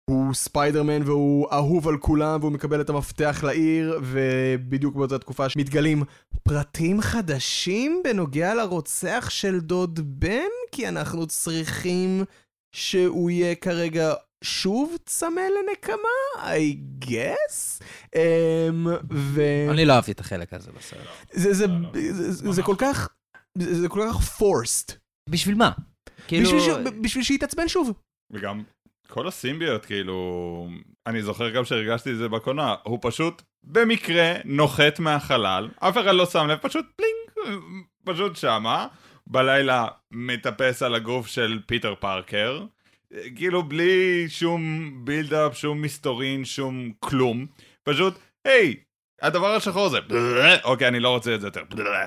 הוא ספיידרמן והוא אהוב על כולם והוא מקבל את המפתח לעיר, ובדיוק באותה תקופה שמתגלים פרטים חדשים בנוגע לרוצח של דוד בן, כי אנחנו צריכים שהוא יהיה כרגע שוב צמא לנקמה, I guess? אני לא אהבתי את החלק הזה בסרט. זה כל כך forced. בשביל מה? בשביל שיתעצבן שוב. וגם כל הסימביות, כאילו, אני זוכר גם שהרגשתי את זה בקולנוע, הוא פשוט במקרה נוחת מהחלל, אף אחד לא שם לב, פשוט פלינג, פשוט שמה, בלילה מטפס על הגוף של פיטר פארקר, כאילו בלי שום בילדאפ, שום מסתורין, שום כלום, פשוט, היי, הדבר השחור זה, אוקיי, אני לא רוצה את זה יותר,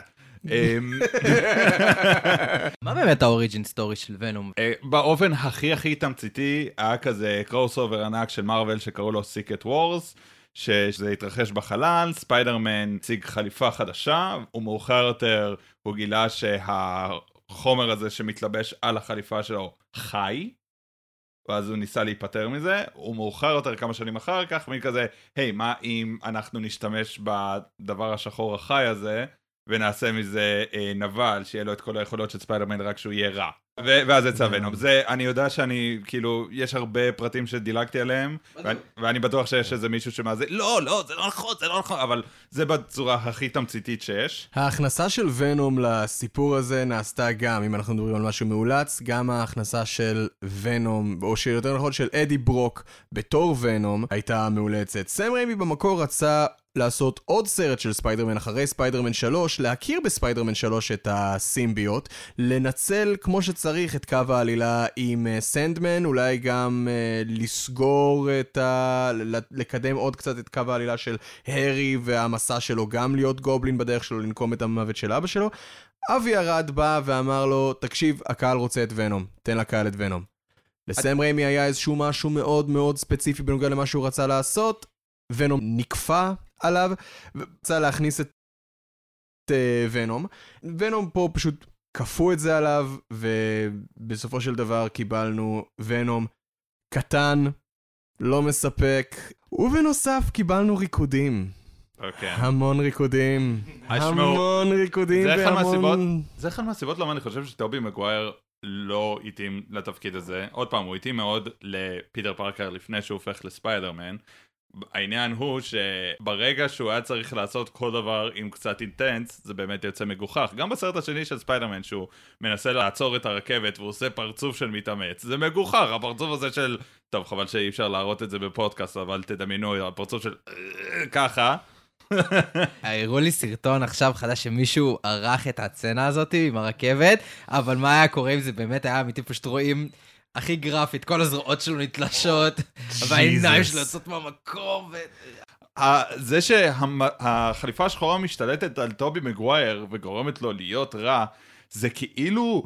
מה באמת האוריג'ין סטורי של ונום? באופן הכי תמציתי, היה כזה קרוס אובר ענק של מארוול שקראו לו סיקרט וורס, שזה התרחש בחלל, ספיידרמן הציג חליפה חדשה, ומאוחר יותר הוא גילה שהחומר הזה שמתלבש על החליפה שלו חי, ואז הוא ניסה להיפטר מזה, ומאוחר יותר כמה שנים אחר כך, מין כזה, היי, מה אם אנחנו נשתמש בדבר השחור החי הזה, ונעשה מזה נבל, שיהיה לו את כל היכולות של ספיידרמן רק שהוא יהיה רע. ואז יצא ונום. זה, אני יודע שאני, כאילו, יש הרבה פרטים שדילגתי עליהם, ואני בטוח שיש איזה מישהו שמאזין, לא, זה לא נכון, אבל זה בצורה הכי תמציתית שיש. ההכנסה של ונום לסיפור הזה נעשתה גם, אם אנחנו מדברים על משהו מאולץ, גם ההכנסה של ונום, או שיותר נכון של אדי ברוק בתור ונום, הייתה מאולצת. סם ריימי במקור רצה לעשות עוד סרט של ספיידרמן אחרי ספיידרמן 3, להכיר בספיידרמן 3 את הסימביות, לנצל כמו שצריך את קו העלילה עם סנדמן, אולי גם לסגור לקדם עוד קצת את קו העלילה של הרי והמסע שלו גם להיות גובלין בדרך שלו לנקום את המוות של אבא שלו. אבי ארד בא ואמר לו, תקשיב, הקהל רוצה את ונום, תן לקהל את ונום. לסם ריימי היה איזשהו משהו מאוד מאוד ספציפי בנוגע למה שהוא רצה לעשות, ונום נקפה עליו, ורצה להכניס את ונום. ונום פה פשוט כפו את זה עליו, ובסופו של דבר קיבלנו ונום קטן, לא מספק, ובנוסף קיבלנו ריקודים. המון ריקודים. המון ריקודים והמון... זה אחד מהסיבות למה אני חושב שטובי מגווייר לא התאים לתפקיד הזה. עוד פעם, הוא התאים מאוד לפיטר פארקר לפני שהוא הופך לספיידרמן. העניין הוא שברגע שהוא היה צריך לעשות כל דבר עם קצת אינטנס, זה באמת יוצא מגוחך. גם בסרט השני של ספיידרמן, שהוא מנסה לעצור את הרכבת והוא עושה פרצוף של מתאמץ, זה מגוחך, הפרצוף הזה של... טוב, חבל שאי אפשר להראות את זה בפודקאסט, אבל תדמיינו, הפרצוף של... ככה. הראו לי סרטון עכשיו חדש שמישהו ערך את הצנה הזאת עם הרכבת, אבל מה היה קורה אם זה באמת היה אמיתי, פשוט רואים... הכי גרפית, כל הזרועות שלו נתלשות, והעיניים שלו יוצאות מהמקום. זה שהחליפה השחורה משתלטת על טובי מגווייר וגורמת לו להיות רע, זה כאילו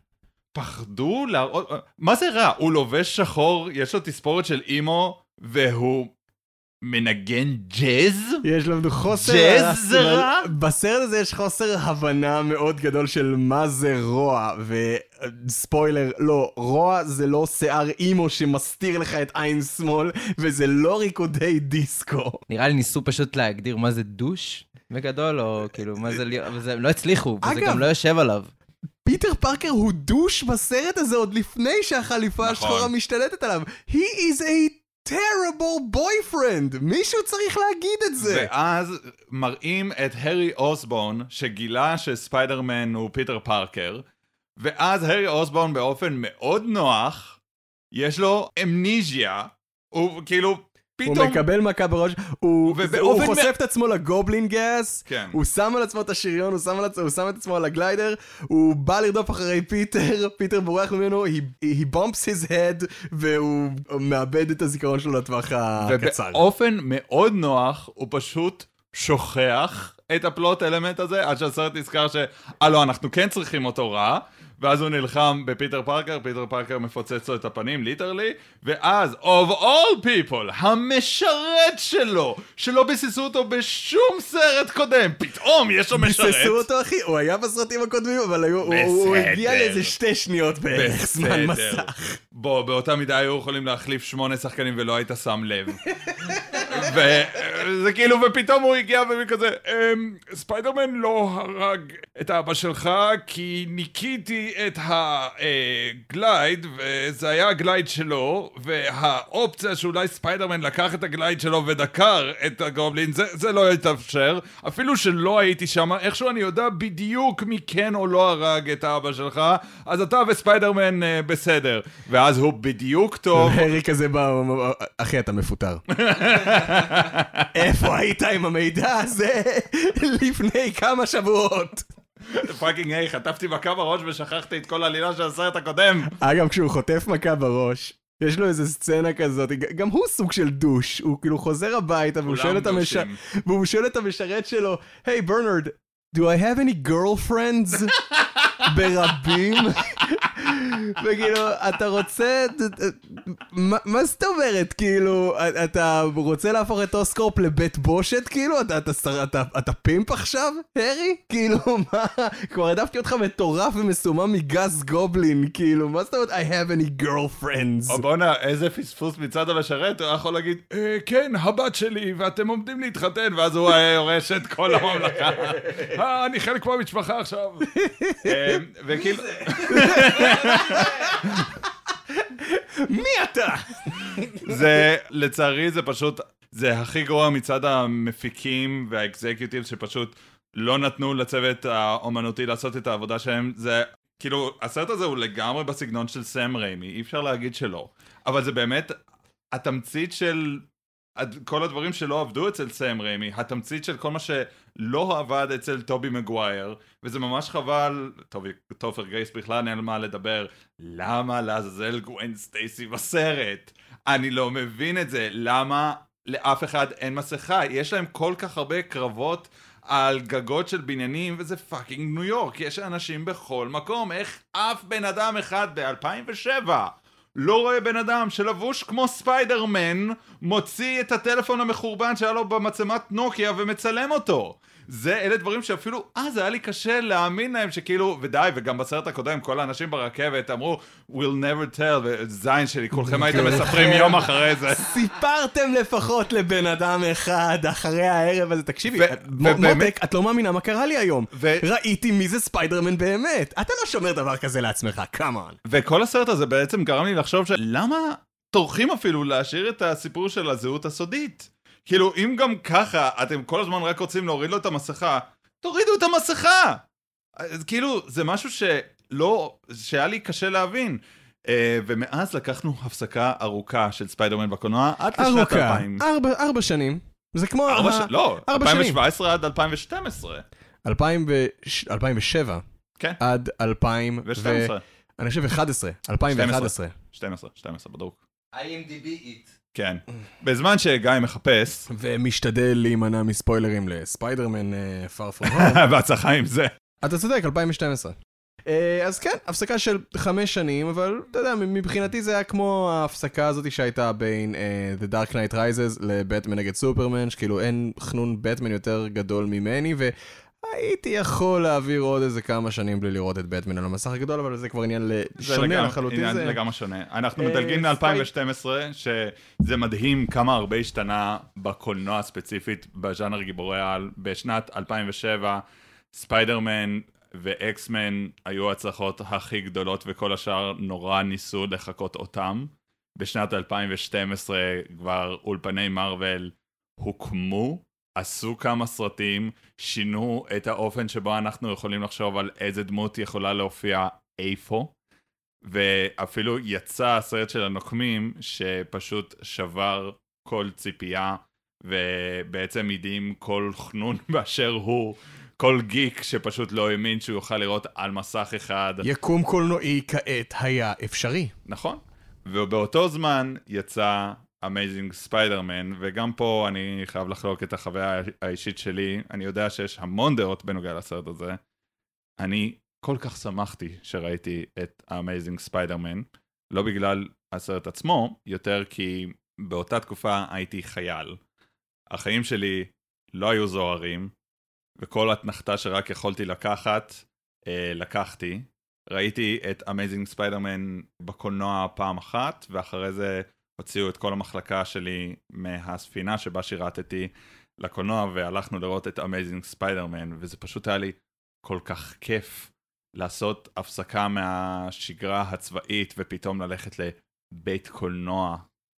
פחדו להראות... מה זה רע? הוא לובש שחור, יש לו תספורת של אימו, והוא מנגן ג'אז? יש לנו חוסר... ג'אז זה רע? בסרט הזה יש חוסר הבנה מאוד גדול של מה זה רוע, וספוילר, לא, רוע זה לא שיער אימו שמסתיר לך את עין שמאל, וזה לא ריקודי דיסקו. נראה לי ניסו פשוט להגדיר מה זה דוש בגדול, או כאילו מה זה... וזה לא הצליחו, וזה גם לא יושב עליו. פיטר פארקר הוא דוש בסרט הזה עוד לפני שהחליפה השחורה משתלטת עליו. He is a terrible boyfriend. מישהו צריך להגיד את זה. ואז מראים את הרי אוסבורן שגילה שספיידרמן הוא פיטר פארקר, ואז הרי אוסבורן באופן מאוד נוח יש לו אמניזיה. הוא כאילו פתאום... הוא מקבל מכה בראש, הוא חושף את עצמו לגובלין גאס, כן. הוא שם על עצמו את השריון, הוא שם את עצמו על הגליידר, הוא בא לרדוף אחרי פיטר בורח ממנו, he bumps his head, והוא מאבד את הזיכרון שלו לטווח הקצר. ובאופן מאוד נוח, הוא פשוט שוכח את הפלוט אלמנט הזה, עד שהסרט נזכר לא, אנחנו כן צריכים אותו רע, ואז הוא נלחם בפיטר פארקר, פיטר פארקר מפוצץ לו את הפנים, ליטרלי, ואז, of all people, המשרת שלו, שלא ביססו אותו בשום סרט קודם, פתאום יש לו משרת. ביססו אותו, אחי, הוא היה בסרטים הקודמים, אבל הוא הגיע לאיזה 2 שניות בערך, זמן מסך. בוא, באותה מידה היו יכולים להחליף 8 שחקנים ולא היית שם לב. וזה כאילו, ופתאום הוא הגיע וכזה, ספיידרמן לא הרג את אבא שלך, כי ניקיתי את הגלייד, וזה היה הגלייד שלו, והאופציה שאולי ספיידרמן לקח את הגלייד שלו ודקר את הגובלין, זה לא יתאפשר. אפילו שלא הייתי שם, איכשהו אני יודע בדיוק מי כן או לא הרג את האבא שלך, אז אתה וספיידרמן בסדר. ואז הוא בדיוק טוב. והרי כזה בא, אחי, אתה מפוטר. איפה היית עם המידע הזה לפני כמה שבועות? פאקינג היי, חטפתי מכה בראש ושכחתי את כל העלילה של הסרט הקודם. אגב, כשהוא חוטף מכה בראש, יש לו איזה סצנה כזאת, גם הוא סוג של דוש, הוא כאילו חוזר הביתה והוא שואל את המשרת שלו, היי ברנרד, do I have any girlfriends? ברבים? וכאילו, אתה רוצה... מה זאת אומרת? כאילו, אתה רוצה להפוך את אוסקורפ לבית בושת? כאילו, אתה פימפ עכשיו, הרי? כאילו, מה? כבר הדפתי אותך מטורף ומסומם מגס גובלין, כאילו, מה זאת אומרת? I have any girlfriends. או בונה, איזה פספוס מצד המשרת, הוא יכול להגיד, כן, הבת שלי, ואתם עומדים להתחתן, ואז הוא יורש את כל הממלכה. אני חלק מהמשפחה עכשיו. וכאילו... מי אתה? זה, לצערי זה פשוט, זה הכי גרוע מצד המפיקים והאקזקיוטיב שפשוט לא נתנו לצוות האומנותי לעשות את העבודה שלהם. זה, כאילו, הסרט הזה הוא לגמרי בסגנון של סם ריימי, אי אפשר להגיד שלא. אבל זה באמת התמצית של כל הדברים שלא עבדו אצל סם ריימי, התמצית של כל מה שלא עבד אצל טובי מגווייר, וזה ממש חבל, טופר גרייס בכלל אין מה לדבר, למה לעזאזל גווין סטייסי בסרט? אני לא מבין את זה, למה לאף אחד אין מסכה? יש להם כל כך הרבה קרבות על גגות של בניינים, וזה פאקינג ניו יורק, יש אנשים בכל מקום, איך אף בן אדם אחד ב-2007 לא רואה בן אדם שלבוש כמו ספיידרמן מוציא את הטלפון המחורבן שהיה לו במצלמת נוקיה ומצלם אותו. אלה דברים שאפילו אז היה לי קשה להאמין להם שכאילו, ודי, וגם בסרט הקודם כל האנשים ברכבת אמרו we'll never tell, וזין שלי, כולכם הייתם מספרים יום אחרי זה. סיפרתם לפחות לבן אדם אחד אחרי הערב הזה. תקשיבי, מותק, את לא מאמינה מה קרה לי היום. ראיתי מי זה ספיידרמן באמת. אתה לא שומר דבר כזה לעצמך, come on. וכל הסרט הזה בעצם גרם לי לחשוב למה טורחים אפילו להשאיר את הסיפור של הזהות הסודית? כאילו, אם גם ככה אתם כל הזמן רק רוצים להוריד לו את המסכה, תורידו את המסכה! אז כאילו, זה משהו שהיה לי קשה להבין. ומאז לקחנו הפסקה ארוכה של ספיידרמן בקולנוע עד לשנת 2000. 4 שנים. זה כמו... לא, 2017 עד 2012. 2007. כן. עד 2012. אני חושב 11. 2011. 12 בדוק. IMDb it. כן. בזמן שגיא מחפש. ומשתדל להימנע מספוילרים לספיידרמן far from home. והצלחה עם זה. אתה צודק, 2012. אז כן, הפסקה של 5 שנים, אבל אתה יודע, מבחינתי זה היה כמו ההפסקה הזאת שהייתה בין The Dark Knight Rises לבטמן נגד סופרמן, שכאילו אין חנון בטמן יותר גדול ממני, והייתי יכול להעביר עוד איזה כמה שנים בלי לראות את בטמן על המסך הגדול, אבל זה כבר עניין שונה לחלוטין. זה לגמרי שונה. אנחנו מדלגים ל-2012, שזה מדהים כמה הרבה השתנה בקולנוע ספציפית, בז'אנר גיבורי העל. בשנת 2007, ספיידרמן ואקסמן היו הצלחות הכי גדולות, וכל השאר נורא ניסו לחכות אותם. בשנת 2012 כבר אולפני מארוול הוקמו, עשו כמה סרטים, שינו את האופן שבו אנחנו יכולים לחשוב על איזה דמות יכולה להופיע איפה, ואפילו יצא הסרט של הנוקמים שפשוט שבר כל ציפייה, ובעצם מדהים כל חנון באשר הוא, כל גיק שפשוט לא האמין שהוא יוכל לראות על מסך אחד. יקום קולנועי כעת היה אפשרי. נכון. ובאותו זמן יצא אמייזינג ספיידרמן, וגם פה אני חייב לחלוק את החוויה האישית שלי. אני יודע שיש המון דעות בנוגע לסרט הזה. אני כל כך שמחתי שראיתי את אמייזינג ספיידרמן, לא בגלל הסרט עצמו, יותר כי באותה תקופה הייתי חייל. החיים שלי לא היו זוהרים, וכל התנחתה שרק יכולתי לקחת, לקחתי. ראיתי את אמייזינג ספיידרמן בקולנוע פעם אחת, ואחרי זה הוציאו את כל המחלקה שלי מהספינה שבה שירתתי לקולנוע, והלכנו לראות את אמייזינג ספיידרמן, וזה פשוט היה לי כל כך כיף לעשות הפסקה מהשגרה הצבאית, ופתאום ללכת לבית קולנוע,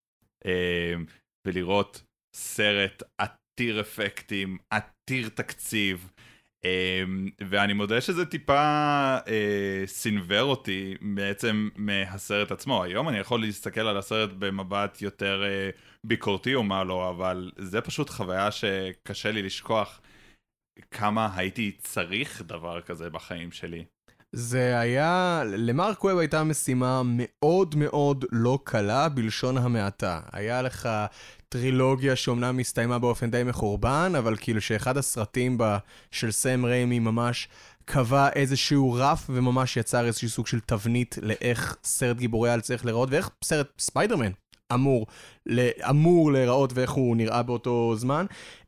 ולראות סרט עתיר אפקטים, עתיר תקציב, ואני מודה שזה טיפה סינבר אותי בעצם מהסרט עצמו. היום אני יכול להסתכל על הסרט במבט יותר ביקורתי או מה לא, אבל זה פשוט חוויה שקשה לי לשכוח כמה הייתי צריך דבר כזה בחיים שלי. זה היה, למרק ווב הייתה משימה מאוד מאוד לא קלה בלשון המעטה. היה לך טרילוגיה שאומנם הסתיימה באופן די מחורבן, אבל כאילו שאחד הסרטים של סם ריימי ממש קבע איזשהו רף וממש יצר איזשהו סוג של תבנית לאיך סרט גיבורי על צריך לראות, ואיך סרט ספיידרמן אמור להיראות ואיך הוא נראה באותו זמן.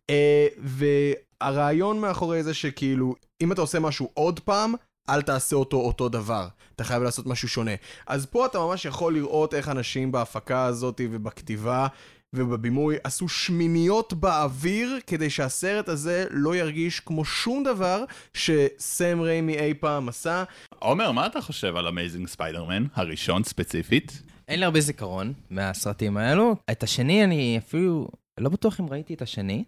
והרעיון מאחורי זה שכאילו, אם אתה עושה משהו עוד פעם, אל תעשה אותו דבר. אתה חייב לעשות משהו שונה. אז פה אתה ממש יכול לראות איך אנשים בהפקה הזאת ובכתיבה ובבימוי עשו שמיניות באוויר כדי שהסרט הזה לא ירגיש כמו שום דבר שסם ריימי אי פעם עשה. עומר, מה אתה חושב על אמייזינג ספיידרמן? הראשון ספציפית? אין לי הרבה זיכרון מהסרטים האלו. את השני אני אפילו לא בטוח אם ראיתי את השני.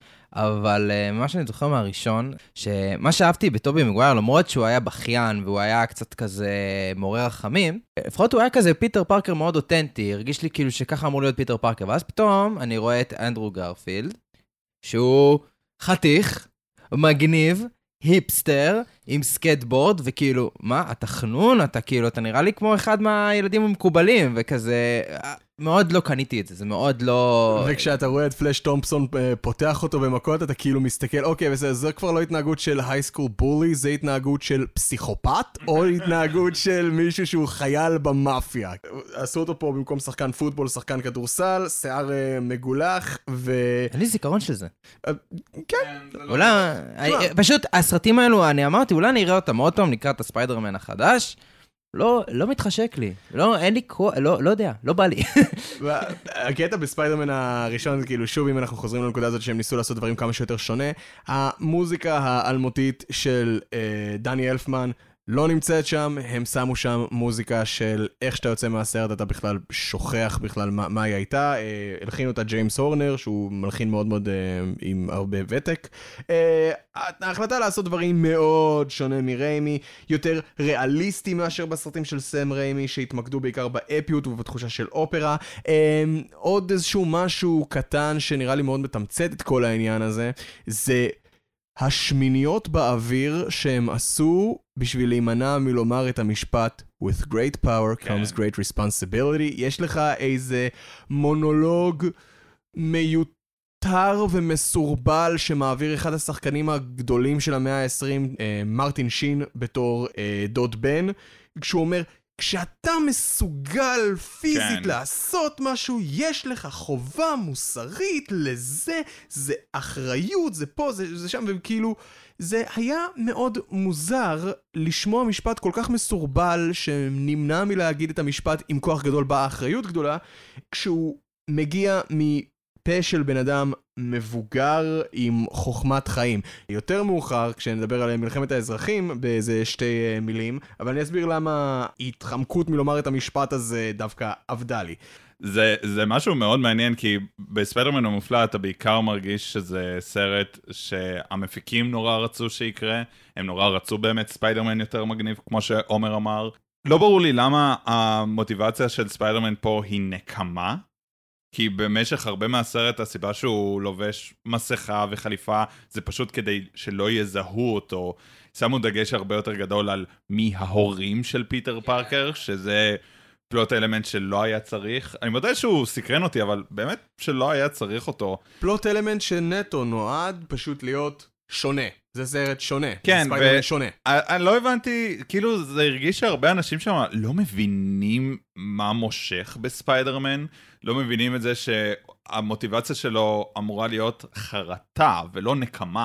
אבל מה שאני זוכר מהראשון, שמה שאהבתי בטובי מגווייר, למרות שהוא היה בכיין והוא היה קצת כזה מעורר רחמים, לפחות הוא היה כזה פיטר פארקר מאוד אותנטי, הרגיש לי כאילו שככה אמור להיות פיטר פארקר, ואז פתאום אני רואה את אנדרו גרפילד, שהוא חתיך, מגניב, היפסטר, עם סקטבורד, וכאילו, מה, אתה חנון? אתה כאילו, אתה נראה לי כמו אחד מהילדים המקובלים, וכזה, מאוד לא קניתי את זה, זה מאוד לא... וכשאתה רואה את פלאש תומפסון פותח אותו במכות, אתה כאילו מסתכל, אוקיי, זה כבר לא התנהגות של הייסקול בולי, זה התנהגות של פסיכופת, או התנהגות של מישהו שהוא חייל במאפיה. עשו אותו פה במקום שחקן פוטבול, שחקן כדורסל, שיער מגולח, אין לי זיכרון של זה. כן. אולי, פשוט, הסרטים האלו, אני אמרתי, אולי נראה אותם עוד פעם, נקרא את הספיידרמן החדש, לא מתחשק לי, אין לי, לא יודע, לא בא לי. הקטע בספיידרמן הראשון, כאילו שוב אם אנחנו חוזרים לנקודה הזאת שהם ניסו לעשות דברים כמה שיותר שונה, המוזיקה האלמותית של דני אלפמן לא נמצאת שם, הם שמו שם מוזיקה של איך שאתה יוצא מהסרט, אתה בכלל שוכח בכלל מה היא הייתה, הלחינו אותה ג'יימס הורנר, שהוא מלחין מאוד מאוד עם הרבה ותק. ההחלטה לעשות דברים מאוד שונה מריימי, יותר ריאליסטי מאשר בסרטים של סם ריימי, שהתמקדו בעיקר באפיות ובתחושה של אופרה. עוד איזשהו משהו קטן שנראה לי מאוד מתמצת את כל העניין הזה, זה השמיניות באוויר שהם עשו בשביל להימנע מלומר את המשפט with great power comes great responsibility. יש לך איזה מונולוג מיותר ומסורבל שמעביר אחד השחקנים הגדולים של המאה ה-20, מרטין שין, בתור דוד בן, כשהוא אומר, כשאתה מסוגל פיזית לעשות משהו, יש לך חובה מוסרית לזה, זה אחריות, זה פה, זה שם, וכאילו, זה היה מאוד מוזר לשמוע משפט כל כך מסורבל, שנמנע מלהגיד את המשפט עם כוח גדול באה אחריות גדולה, כשהוא מגיע מפה של בן אדם מבוגר עם חוכמת חיים. יותר מאוחר, כשנדבר על מלחמת האזרחים, באיזה שתי מילים, אבל אני אסביר למה התחמקות מלומר את המשפט הזה דווקא עבדה לי. זה משהו מאוד מעניין, כי בספיידרמן המופלא אתה בעיקר מרגיש שזה סרט שהמפיקים נורא רצו שיקרה, הם נורא רצו באמת ספיידרמן יותר מגניב, כמו שעומר אמר. לא ברור לי למה המוטיבציה של ספיידרמן פה היא נקמה, כי במשך הרבה מהסרט הסיבה שהוא לובש מסכה וחליפה זה פשוט כדי שלא יזהו אותו. שמו דגש הרבה יותר גדול על מי ההורים של פיטר פארקר, שזה פלוט אלמנט שלא היה צריך. אני מודה שהוא סקרן אותי, אבל באמת שלא היה צריך אותו. פלוט אלמנט שנטו נועד פשוט להיות שונה. זה סרט שונה. כן, ספיידרמן שונה. אני לא הבנתי, כאילו זה הרגיש שהרבה אנשים שם לא מבינים מה מושך בספיידרמן, לא מבינים את זה שהמוטיבציה שלו אמורה להיות חרטה ולא נקמה.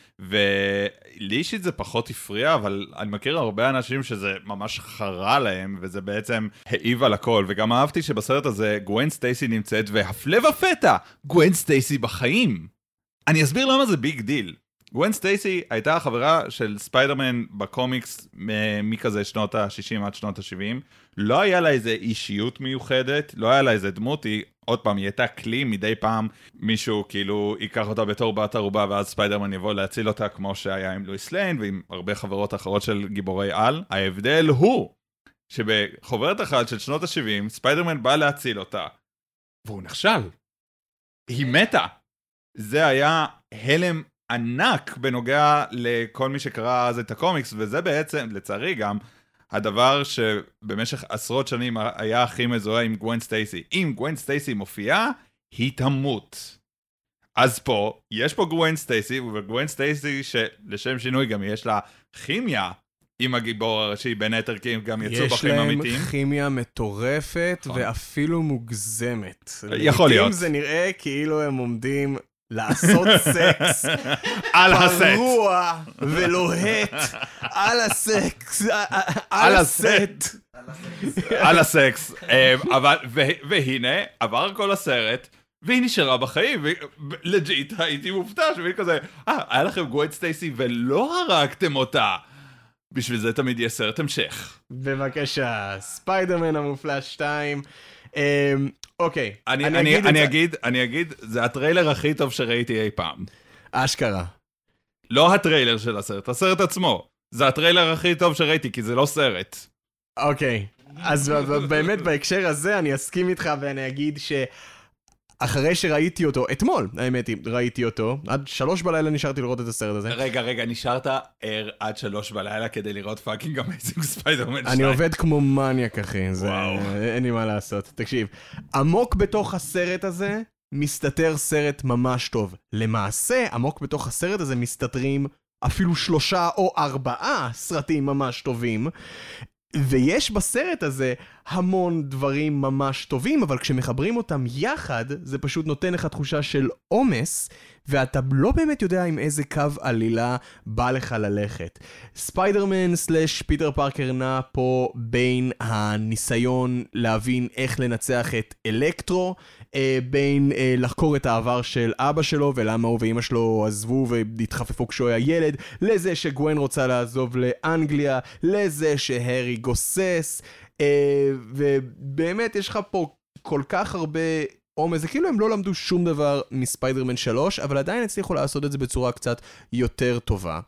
ולי אישית זה פחות הפריע, אבל אני מכיר הרבה אנשים שזה ממש חרה להם, וזה בעצם העיב על הכל. וגם אהבתי שבסרט הזה גווין סטייסי נמצאת, והפלא ופתע, גווין סטייסי בחיים. אני אסביר למה זה ביג דיל. גווין סטייסי הייתה החברה של ספיידרמן בקומיקס מכזה שנות ה-60 עד שנות ה-70. לא היה לה איזה אישיות מיוחדת, לא היה לה איזה דמות, היא עוד פעם, היא הייתה כלי, מדי פעם מישהו כאילו ייקח אותה בתור בת ערובה, ואז ספיידרמן יבוא להציל אותה, כמו שהיה עם לואיס ליין, ועם הרבה חברות אחרות של גיבורי על. ההבדל הוא, שבחוברת אחת של שנות ה-70, ספיידרמן בא להציל אותה, והוא נכשל. היא מתה. זה היה הלם ענק בנוגע לכל מי שקרא אז את הקומיקס, וזה בעצם, לצערי גם, הדבר שבמשך עשרות שנים היה הכי מזוהה עם גווין סטייסי. אם גווין סטייסי מופיעה, היא תמות. אז פה, יש פה גווין סטייסי, וגווין סטייסי שלשם שינוי גם יש לה כימיה עם הגיבור הראשי, בין היתר כי הם גם יצאו בחיים אמיתיים. יש להם כימיה מטורפת ואפילו מוגזמת. יכול להיות. לעתים זה נראה כאילו הם עומדים לעשות סקס על הסט. פרוע ולוהט על הסקס, על הסט. על הסקס. והנה, עבר כל הסרט, והיא נשארה בחיים, ולג'יט הייתי מופתע, שהיא כזה, היה לכם גווין סטייסי ולא הרגתם אותה. בשביל זה תמיד יהיה סרט המשך. בבקשה, ספיידרמן המופלא 2. אוקיי. אני אגיד, זה הטריילר הכי טוב שראיתי אי פעם. אשכרה. לא הטריילר של הסרט, הסרט עצמו. זה הטריילר הכי טוב שראיתי, כי זה לא סרט. אוקיי. אז באמת בהקשר הזה אני אסכים איתך ואני אגיד אחרי שראיתי אותו, אתמול, האמת היא, ראיתי אותו, עד 3 בלילה נשארתי לראות את הסרט הזה. רגע, נשארת ער עד 3 בלילה כדי לראות פאקינג אמייזינג ספיידרמן 2. אני עובד כמו מניאק, אחי, זה אין לי מה לעשות. תקשיב, עמוק בתוך הסרט הזה מסתתר סרט ממש טוב. למעשה, עמוק בתוך הסרט הזה מסתתרים אפילו 3 או 4 סרטים ממש טובים. ויש בסרט הזה המון דברים ממש טובים, אבל כשמחברים אותם יחד, זה פשוט נותן לך תחושה של עומס, ואתה לא באמת יודע עם איזה קו עלילה בא לך ללכת. ספיידרמן סלש פיטר פארקר נע פה בין הניסיון להבין איך לנצח את אלקטרו, בין לחקור את העבר של אבא שלו ולמה הוא ואמא שלו עזבו והתחפפו כשהוא היה ילד, לזה שגווין רוצה לעזוב לאנגליה, לזה שהרי גוסס, ובאמת יש לך פה כל כך הרבה עומס, זה כאילו הם לא למדו שום דבר מספיידרמן 3, אבל עדיין הצליחו לעשות את זה בצורה קצת יותר טובה.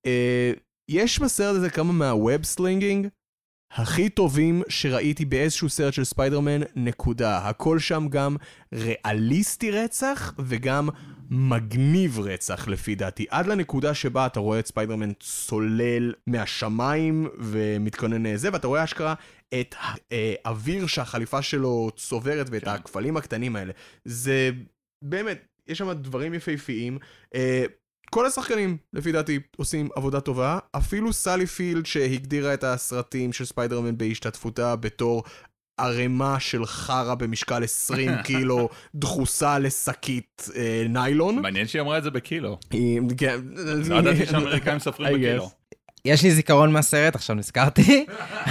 יש בסרט הזה כמה מהווב סלינגינג הכי טובים שראיתי באיזשהו סרט של ספיידרמן, נקודה. הכל שם גם ריאליסטי רצח וגם מגניב רצח לפי דעתי. עד לנקודה שבה אתה רואה את ספיידרמן צולל מהשמיים ומתכונן לזה, ואתה רואה אשכרה את האוויר שהחליפה שלו צוברת ואת הכפלים הקטנים האלה. זה באמת, יש שם דברים יפהפיים. כל השחקנים, לפי דעתי, עושים עבודה טובה. אפילו סלי פילד שהגדירה את הסרטים של ספיידרמן בהשתתפותה בתור ערימה של חרה במשקל 20 קילו, דחוסה לשקית ניילון. מעניין שהיא אמרה את זה בקילו. כן. לא ידעתי שהאמריקאים סופרים בקילו. יש לי זיכרון מהסרט, עכשיו נזכרתי.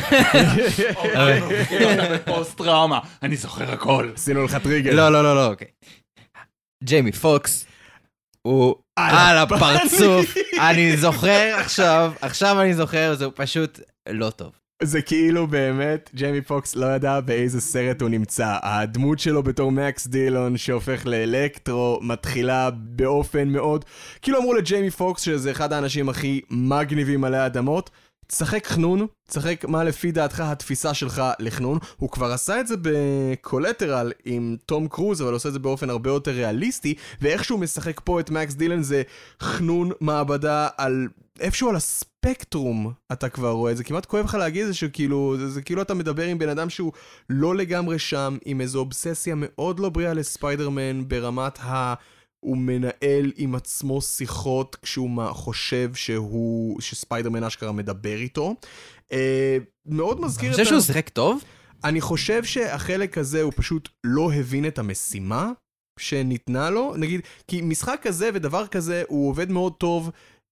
בפוסט טראומה, אני זוכר הכל. עשינו לך טריגר. לא, אוקיי. ג'יימי פוקס. הוא על הפרצוף, אני זוכר עכשיו אני זוכר, זה פשוט לא טוב. זה כאילו באמת, ג'יימי פוקס לא ידע באיזה סרט הוא נמצא. הדמות שלו בתור מקס דילון שהופך לאלקטרו מתחילה באופן מאוד, כאילו אמרו לג'יימי פוקס שזה אחד האנשים הכי מגניבים עלי האדמות, תשחק חנון, תשחק מה לפי דעתך התפיסה שלך לחנון. הוא כבר עשה את זה בקולטרל עם תום קרוז, אבל עושה את זה באופן הרבה יותר ריאליסטי, ואיך שהוא משחק פה את מקס דילן זה חנון מעבדה על איפשהו על הספקטרום אתה כבר רואה, זה כמעט כואב לך להגיד זה שכאילו, זה כאילו אתה מדבר עם בן אדם שהוא לא לגמרי שם, עם איזו אובססיה מאוד לא בריאה לספיידרמן, ברמת הוא מנהל עם עצמו שיחות כשהוא חושב שספיידרמן אשכרה מדבר איתו. מאוד מזכיר אתה חושב שהוא שיחק טוב? אני חושב שהחלק הזה הוא פשוט לא הבין את המשימה שניתנה לו, נגיד, כי משחק כזה ודבר כזה הוא עובד מאוד טוב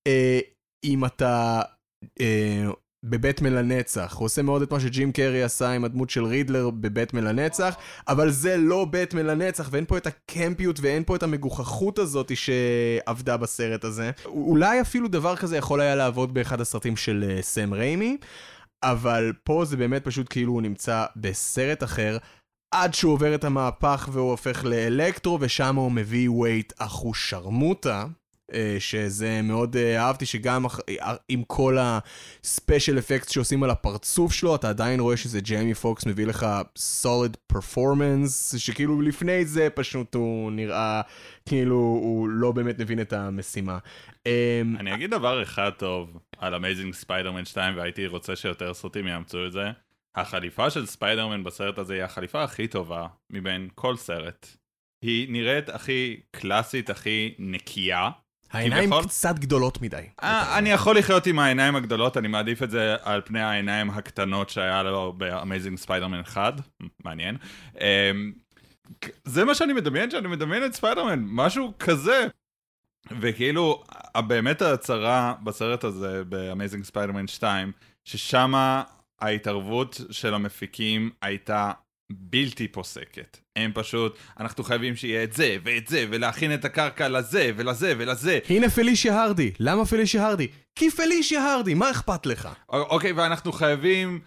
אם אתה בבטמן לנצח. הוא עושה מאוד את מה שג'ים קרי עשה עם הדמות של רידלר בבטמן לנצח, אבל זה לא בטמן לנצח, ואין פה את הקמפיות ואין פה את המגוחכות הזאת שעבדה בסרט הזה. אולי אפילו דבר כזה יכול היה לעבוד באחד הסרטים של סם ריימי, אבל פה זה באמת פשוט כאילו הוא נמצא בסרט אחר, עד שהוא עובר את המהפך והוא הופך לאלקטרו, ושם הוא מביא ווייט אחו שרמוטה, שזה מאוד אהבתי, שגם עם כל הספיישל אפקט שעושים על הפרצוף שלו, אתה עדיין רואה שזה ג'יימי פוקס מביא לך solid performance, שכאילו לפני זה פשוט הוא נראה כאילו הוא לא באמת מבין את המשימה. אני אגיד דבר אחד טוב על Amazing Spider-Man 2, והייתי רוצה שיותר סרטים יאמצו את זה. החליפה של ספיידרמן בסרט הזה היא החליפה הכי טובה מבין כל סרט. היא נראית הכי קלאסית, הכי נקייה. העיניים קצת גדולות מדי. אני יכול לחיות עם העיניים הגדולות, אני מעדיף את זה על פני העיניים הקטנות שהיה לו ב-Amazing Spider-Man 1. מעניין. זה מה שאני מדמיין, שאני מדמיין את ספיידרמן, משהו כזה. וכאילו, באמת ההצהרה בסרט הזה, ב-Amazing Spider-Man 2, ששמה ההתערבות של המפיקים הייתה בלתי פוסקת. הם פשוט, אנחנו חייבים שיהיה את זה ואת זה, ולהכין את הקרקע לזה ולזה ולזה. הנה פלישיה הרדי. למה פלישיה הרדי? כי פלישיה הרדי, מה אכפת לך? אוקיי, ואנחנו חייבים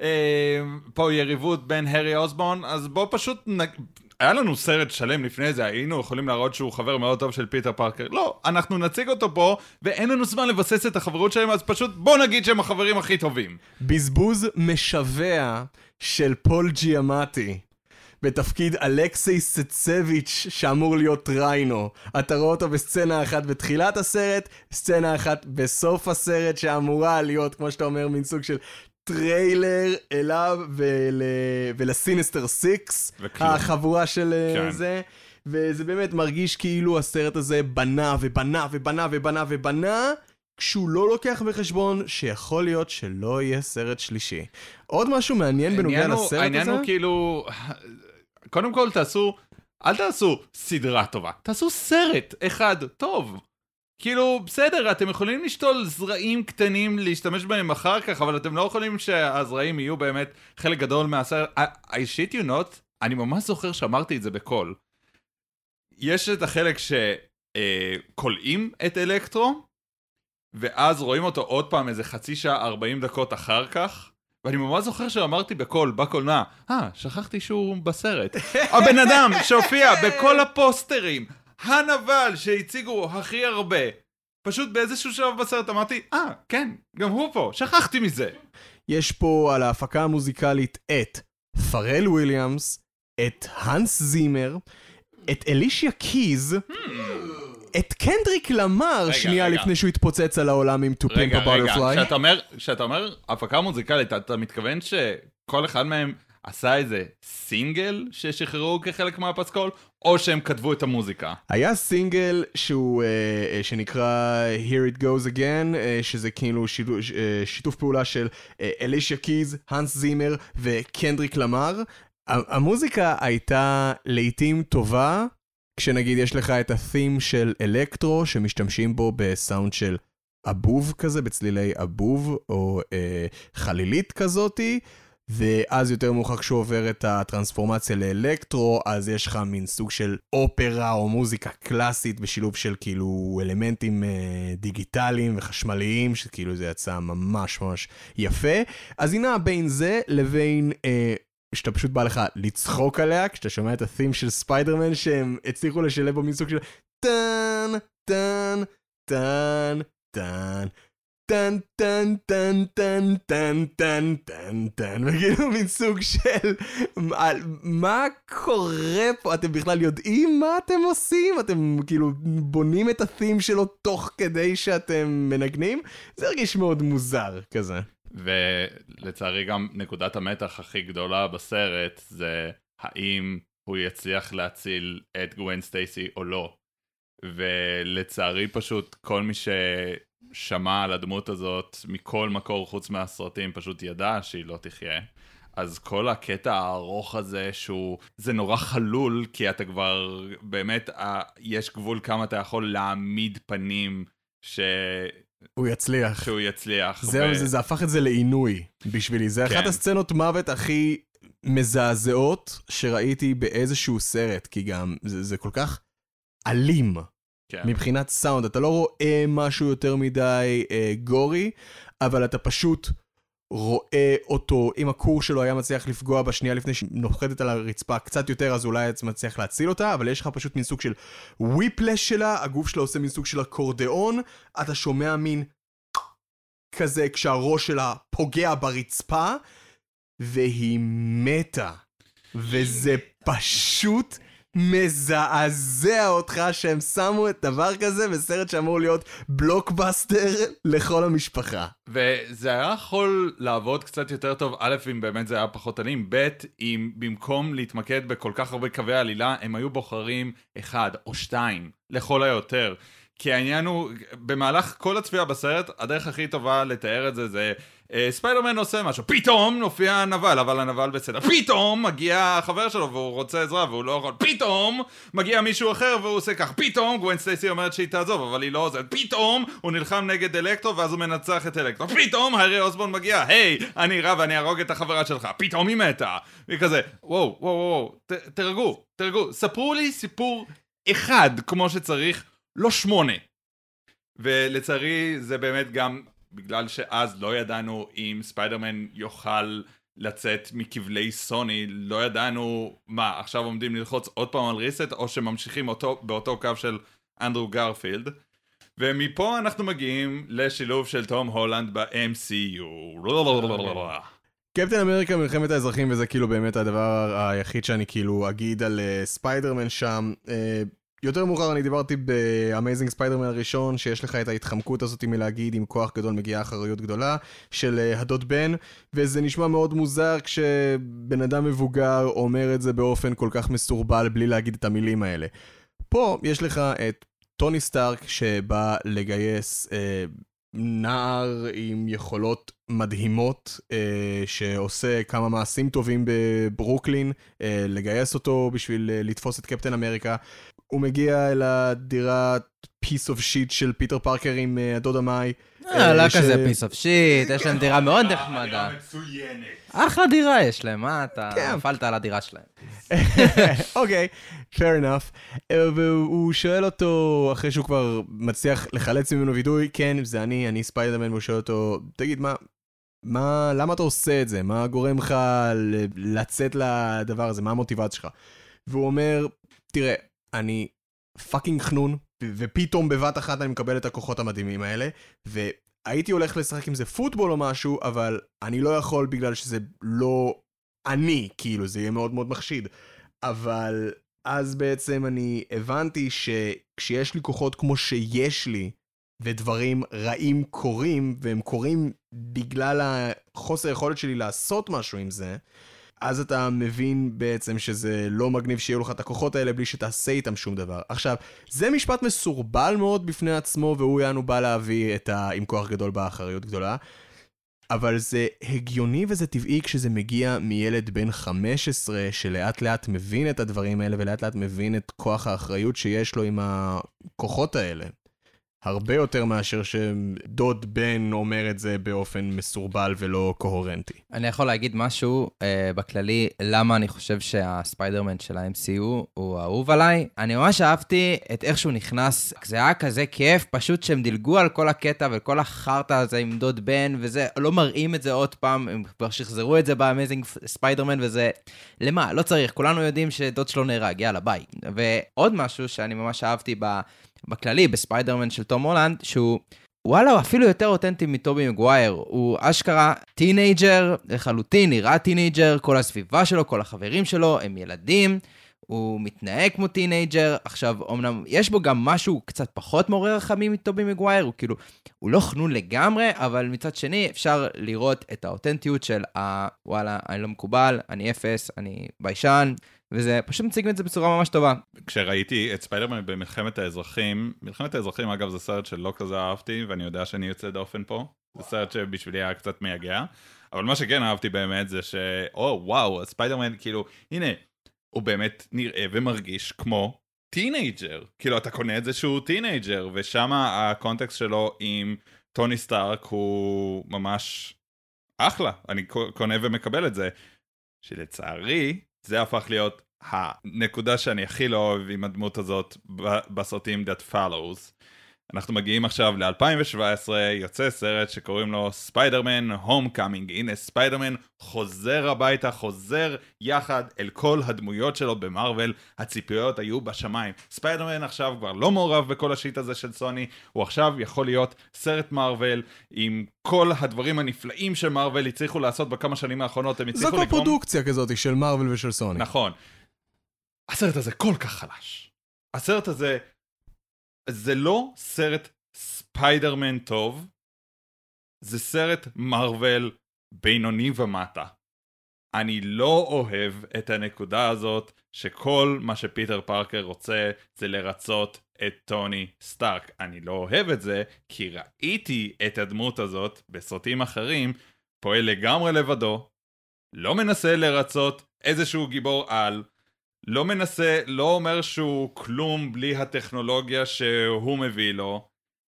פה יריבות בין הרי אוסבורן, אז בוא פשוט היה לנו סרט שלם לפני זה, היינו יכולים להראות שהוא חבר מאוד טוב של פיטר פארקר. לא, אנחנו נציג אותו פה, ואין לנו זמן לבסס את החברות שלהם, אז פשוט בוא נגיד שהם החברים הכי טובים. בזבוז משווה של פול ג'יאמטי, בתפקיד אלכסי סצביץ' שאמור להיות ריינו. אתה רואה אותו בסצנה אחת בתחילת הסרט, סצנה אחת בסוף הסרט, שאמורה להיות, כמו שאתה אומר, מין סוג של טריילר אליו ולסיניסטר 6, החבורה של זה, וזה באמת מרגיש כאילו הסרט הזה בנה ובנה ובנה ובנה ובנה, כשהוא לא לוקח בחשבון שיכול להיות שלא יהיה סרט שלישי. עוד משהו מעניין בנוגע לסרט הזה? העניין הוא כאילו, קודם כל אל תעשו סדרה טובה, תעשו סרט אחד טוב. כאילו, בסדר, אתם יכולים לשתול זרעים קטנים להשתמש בהם אחר כך, אבל אתם לא יכולים שהזרעים יהיו באמת חלק גדול מהסרט. I shit you not, אני ממש זוכר שאמרתי את זה בקול. יש את החלק שקולעים את אלקטרו, ואז רואים אותו עוד פעם איזה חצי שעה 40 דקות אחר כך, ואני ממש זוכר שאמרתי בקול, בקולנוע, שכחתי שהוא בסרט. הבן אדם שהופיע בכל הפוסטרים, הנבל שהציגו הכי הרבה, פשוט באיזשהו שלב בסרט אמרתי, כן, גם הוא פה, שכחתי מזה. יש פה על ההפקה המוזיקלית את פרל וויליאמס, את הנס זימר, את אלישיה קיז, את קנדריק למר, שנייה לפני שהוא התפוצץ על העולם עם To Pimp a Butterfly. כשאתה אומר הפקה מוזיקלית, אתה מתכוון שכל אחד מהם עשה איזה סינגל ששחררו כחלק מהפסקול, או שהם כתבו את המוזיקה? היה סינגל שנקרא Here It Goes Again, שזה כאילו שיתוף פעולה של אלישיה קיז, הנס זימר וקנדריק למר. המוזיקה הייתה לעתים טובה, כשנגיד יש לך את ה-theme של אלקטרו, שמשתמשים בו בסאונד של אבוב כזה, בצלילי אבוב, או חלילית כזאתי, ואז יותר מאוחר כשהוא עובר את הטרנספורמציה לאלקטרו, אז יש לך מין סוג של אופרה או מוזיקה קלאסית, בשילוב של כאילו אלמנטים דיגיטליים וחשמליים, שכאילו זה יצא ממש ממש יפה. אז הנה בין זה לבין שאתה פשוט בא לך לצחוק עליה, כשאתה שומע את ה-theme של ספיידרמן, שהם הצליחו לשלב בו מין סוג של טן, טן, טן, טן. טן טן טן טן טן טן טן טן, וכאילו מין סוג של מה קורה פה? אתם בכלל יודעים מה אתם עושים? אתם כאילו בונים את התים שלו תוך כדי שאתם מנגנים? זה הרגיש מאוד מוזר כזה. ולצערי גם נקודת המתח הכי גדולה בסרט זה האם הוא יצליח להציל את גווין סטייסי או לא. ולצערי פשוט כל מי ששמע על הדמות הזאת מכל מקור חוץ מהסרטים פשוט ידע שהיא לא תחיה. אז כל הקטע הארוך הזה זה נורא חלול, כי אתה כבר באמת יש גבול כמה אתה יכול להעמיד פנים הוא יצליח. שהוא יצליח. זה הפך את זה לעינוי בשבילי. זה אחת הסצנות מוות הכי מזעזעות שראיתי באיזשהו סרט, כי גם זה כל כך אלים מבחינת סאונד. אתה לא רואה משהו יותר מדי גורי, אבל אתה פשוט רואה אותו, אם הקור שלו היה מצליח לפגוע בשנייה לפני שנוחתת על הרצפה קצת יותר, אז אולי אתה מצליח להציל אותה, אבל יש לך פשוט מין סוג של וויפלש שלה, הגוף שלה עושה מין סוג של אקורדיאון, אתה שומע מין כזה כשהראש שלה פוגע ברצפה, והיא מתה. וזה פשוט מזעזע אותך שהם שמו את דבר כזה בסרט שאמור להיות בלוקבאסטר לכל המשפחה. וזה היה יכול לעבוד קצת יותר טוב, א', אם באמת זה היה פחות אלים, ב', אם במקום להתמקד בכל כך הרבה קווי עלילה, הם היו בוחרים 1 או 2 לכל היותר. כי העניין הוא, במהלך כל הצפייה בסרט, הדרך הכי טובה לתאר את זה ספיידרמן עושה משהו, פתאום נופיע הנבל, אבל הנבל בסדר, פתאום מגיע החבר שלו והוא רוצה עזרה והוא לא יכול, פתאום מגיע מישהו אחר והוא עושה כך, פתאום גווין סטייסי אומרת שהיא תעזוב, אבל היא לא עוזרת, פתאום הוא נלחם נגד אלקטרו ואז הוא מנצח את אלקטרו, פתאום הארי אוסבורן מגיע, היי, אני רע ואני ארוג את החברה שלך, פתאום היא מתה, וכזה, וואו, תרגעו, ספרו לי סיפור אחד כמו שצריך, לא 8. ולצערי זה באמת גם בגלל שאז לא ידענו אם ספיידרמן יוכל לצאת מכבלי סוני, לא ידענו מה, עכשיו עומדים ללחוץ עוד פעם על ריסט, או שממשיכים באותו קו של אנדרו גרפילד. ומפה אנחנו מגיעים לשילוב של תום הולנד ב-MCU. קפטן אמריקה מלחמת האזרחים, וזה כאילו באמת הדבר היחיד שאני כאילו אגיד על ספיידרמן שם. יותר מאוחר אני דיברתי באמייזינג ספיידרמן הראשון, שיש לך את ההתחמקות הזאת מלהגיד עם כוח גדול מגיעה אחריות גדולה של הדוד בן, וזה נשמע מאוד מוזר כשבן אדם מבוגר אומר את זה באופן כל כך מסורבל בלי להגיד את המילים האלה. פה יש לך את טוני סטארק שבא לגייס נער עם יכולות מדהימות שעושה כמה מעשים טובים בברוקלין, לגייס אותו בשביל לתפוס את קפטן אמריקה. הוא מגיע אל הדירת piece of shit של פיטר פארקר עם הדודה מאי. לא כזה piece of shit, יש להם דירה מאוד נחמדה. אחלה דירה יש להם, מה אתה נפלת על הדירה שלהם. אוקיי, fair enough. והוא שואל אותו, אחרי שהוא כבר מצליח לחלץ ממנו וידוי, כן, זה אני ספיידרמן, והוא שואל אותו, תגיד, למה אתה עושה את זה? מה גורם לך לצאת לדבר הזה? מה המוטיבציה שלך? והוא אומר, תראה, אני פאקינג חנון, ופתאום בבת אחת אני מקבל את הכוחות המדהימים האלה, והייתי הולך לשחק עם זה פוטבול או משהו, אבל אני לא יכול בגלל שזה לא אני, כאילו, זה יהיה מאוד מאוד מחשיד. אבל אז בעצם אני הבנתי שכשיש לי כוחות כמו שיש לי, ודברים רעים קורים, והם קורים בגלל החוסר יכולת שלי לעשות משהו עם זה, אז אתה מבין בעצם שזה לא מגניב שיהיו לך את הכוחות האלה בלי שתעשה איתם שום דבר. עכשיו, זה משפט מסורבל מאוד בפני עצמו, והוא יענו בא להביא את עם כוח גדול באחריות גדולה, אבל זה הגיוני וזה טבעי כשזה מגיע מילד בן 15 שלאט לאט מבין את הדברים האלה, ולאט לאט מבין את כוח האחריות שיש לו עם הכוחות האלה. הרבה יותר מאשר שדוד בן אומר את זה באופן מסורבל ולא קוהרנטי. אני יכול להגיד משהו בכללי, למה אני חושב שהספיידרמן של ה-MCU הוא אהוב עליי. אני ממש אהבתי את איך שהוא נכנס, זה היה כזה כיף, פשוט שהם דילגו על כל הקטע וכל החרטא הזה עם דוד בן, וזה, לא מראים את זה עוד פעם, הם כבר שחזרו את זה באמייזינג ספיידרמן, וזה, למה? לא צריך, כולנו יודעים שדוד שלו נהרג, יאללה, ביי. ועוד משהו שאני ממש אהבתי בכללי, בספיידרמן של תום הולנד, שהוא וואלה, הוא אפילו יותר אותנטי מטובי מגווייר. הוא אשכרה טינאג'ר, לחלוטין, נראה טינאג'ר, כל הסביבה שלו, כל החברים שלו, הם ילדים. הוא מתנהג כמו טינאג'ר. עכשיו, אמנם יש בו גם משהו קצת פחות מעורר רחמים מטובי מגווייר, הוא כאילו, הוא לא חנון לגמרי, אבל מצד שני אפשר לראות את האותנטיות של וואלה, אני לא מקובל, אני אפס, אני ביישן, וזה פשוט מציג את זה בצורה ממש טובה. כשראיתי את ספיידרמן במלחמת האזרחים, מלחמת האזרחים אגב זה סרט שלא כזה אהבתי, ואני יודע שאני יוצא דופן פה, זה סרט שבשבילי היה קצת מייגע, אבל מה שכן אהבתי באמת זה וואו, ספיידרמן כאילו, הנה, הוא באמת נראה ומרגיש כמו טינאג'ר, כאילו אתה קונה את זה שהוא טינאג'ר, ושם הקונטקסט שלו עם טוני סטארק הוא ממש אחלה, אני קונה ומקבל את זה, שלצערי זה הפך להיות הנקודה שאני הכי לא אוהב עם הדמות הזאת בסרטים That Follows. אנחנו מגיעים עכשיו ל-2017, יוצא סרט שקוראים לו ספיידרמן הומקאמינג. הנה ספיידרמן חוזר הביתה, חוזר יחד אל כל הדמויות שלו במרוול, הציפיות היו בשמיים. ספיידרמן עכשיו כבר לא מעורב בכל השיט הזה של סוני, הוא עכשיו יכול להיות סרט מרוול עם כל הדברים הנפלאים של מרוול הצליחו לעשות בכמה שנים האחרונות, הם הצליחו זו כל פרודוקציה כזאת של מרוול ושל סוני. נכון. הסרט הזה כל כך חלש. הסרט הזה זה לא סרט ספיידרמן טוב, זה סרט מרוול בינוני ומטה. אני לא אוהב את הנקודה הזאת שכל מה שפיטר פארקר רוצה זה לרצות את טוני סטארק. אני לא אוהב את זה כי ראיתי את הדמות הזאת בסרטים אחרים, פועל לגמרי לבדו, לא מנסה לרצות איזשהו גיבור על, לא מנסה, לא אומר שהוא כלום בלי הטכנולוגיה שהוא מביא לו.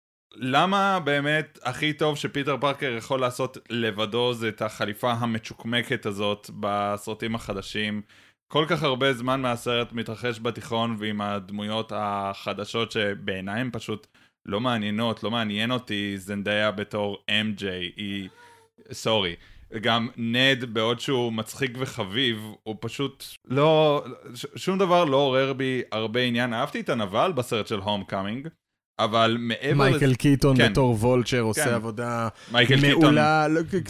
למה באמת הכי טוב שפיטר פארקר יכול לעשות לבדו זה את החליפה המצ'וקמקת הזאת בסרטים החדשים? כל כך הרבה זמן מהסרט מתרחש בתיכון ועם הדמויות החדשות שבעיניי הן פשוט לא מעניינות, לא מעניין אותי זנדיה בתור MJ, היא, סורי. גם נד בעוד שהוא מצחיק וחביב, הוא פשוט לא, שום דבר לא עורר בי הרבה עניין. אהבתי את הנבל בסרט של הומקאמינג, אבל מעבר מייקל קיטון כן. בתור וולצ'ר עושה כן. עבודה מייקל מעולה,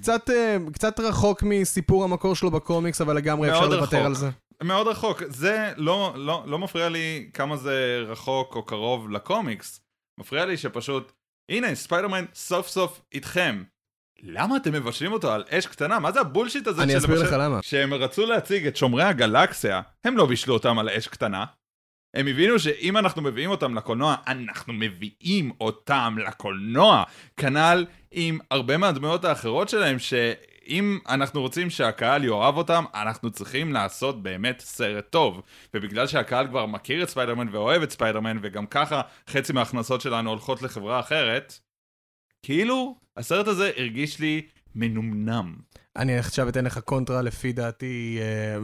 קצת רחוק מסיפור המקור שלו בקומיקס, אבל לגמרי אפשר לוותר על זה. מאוד רחוק, זה לא מפריע לי כמה זה רחוק או קרוב לקומיקס, מפריע לי שפשוט, הנה ספיידרמן סוף סוף איתכם. למה אתם מבשלים אותו על אש קטנה? מה זה הבולשיט הזה? אני אסביר לך למה. שהם רצו להציג את שומרי הגלקסיה, הם לא בישלו אותם על אש קטנה. הם הבינו שאם אנחנו מביאים אותם לקולנוע, אנחנו מביאים אותם לקולנוע. כנ"ל עם הרבה מהדמויות האחרות שלהם, שאם אנחנו רוצים שהקהל יאהב אותם, אנחנו צריכים לעשות באמת סרט טוב. ובגלל שהקהל כבר מכיר את ספיידרמן ואוהב את ספיידרמן, וגם ככה חצי מההכנסות שלנו הולכות לחברה אחרת, כאילו, הסרט הזה הרגיש לי מנומנם. אני עכשיו אתן לך קונטרה לפי דעתי,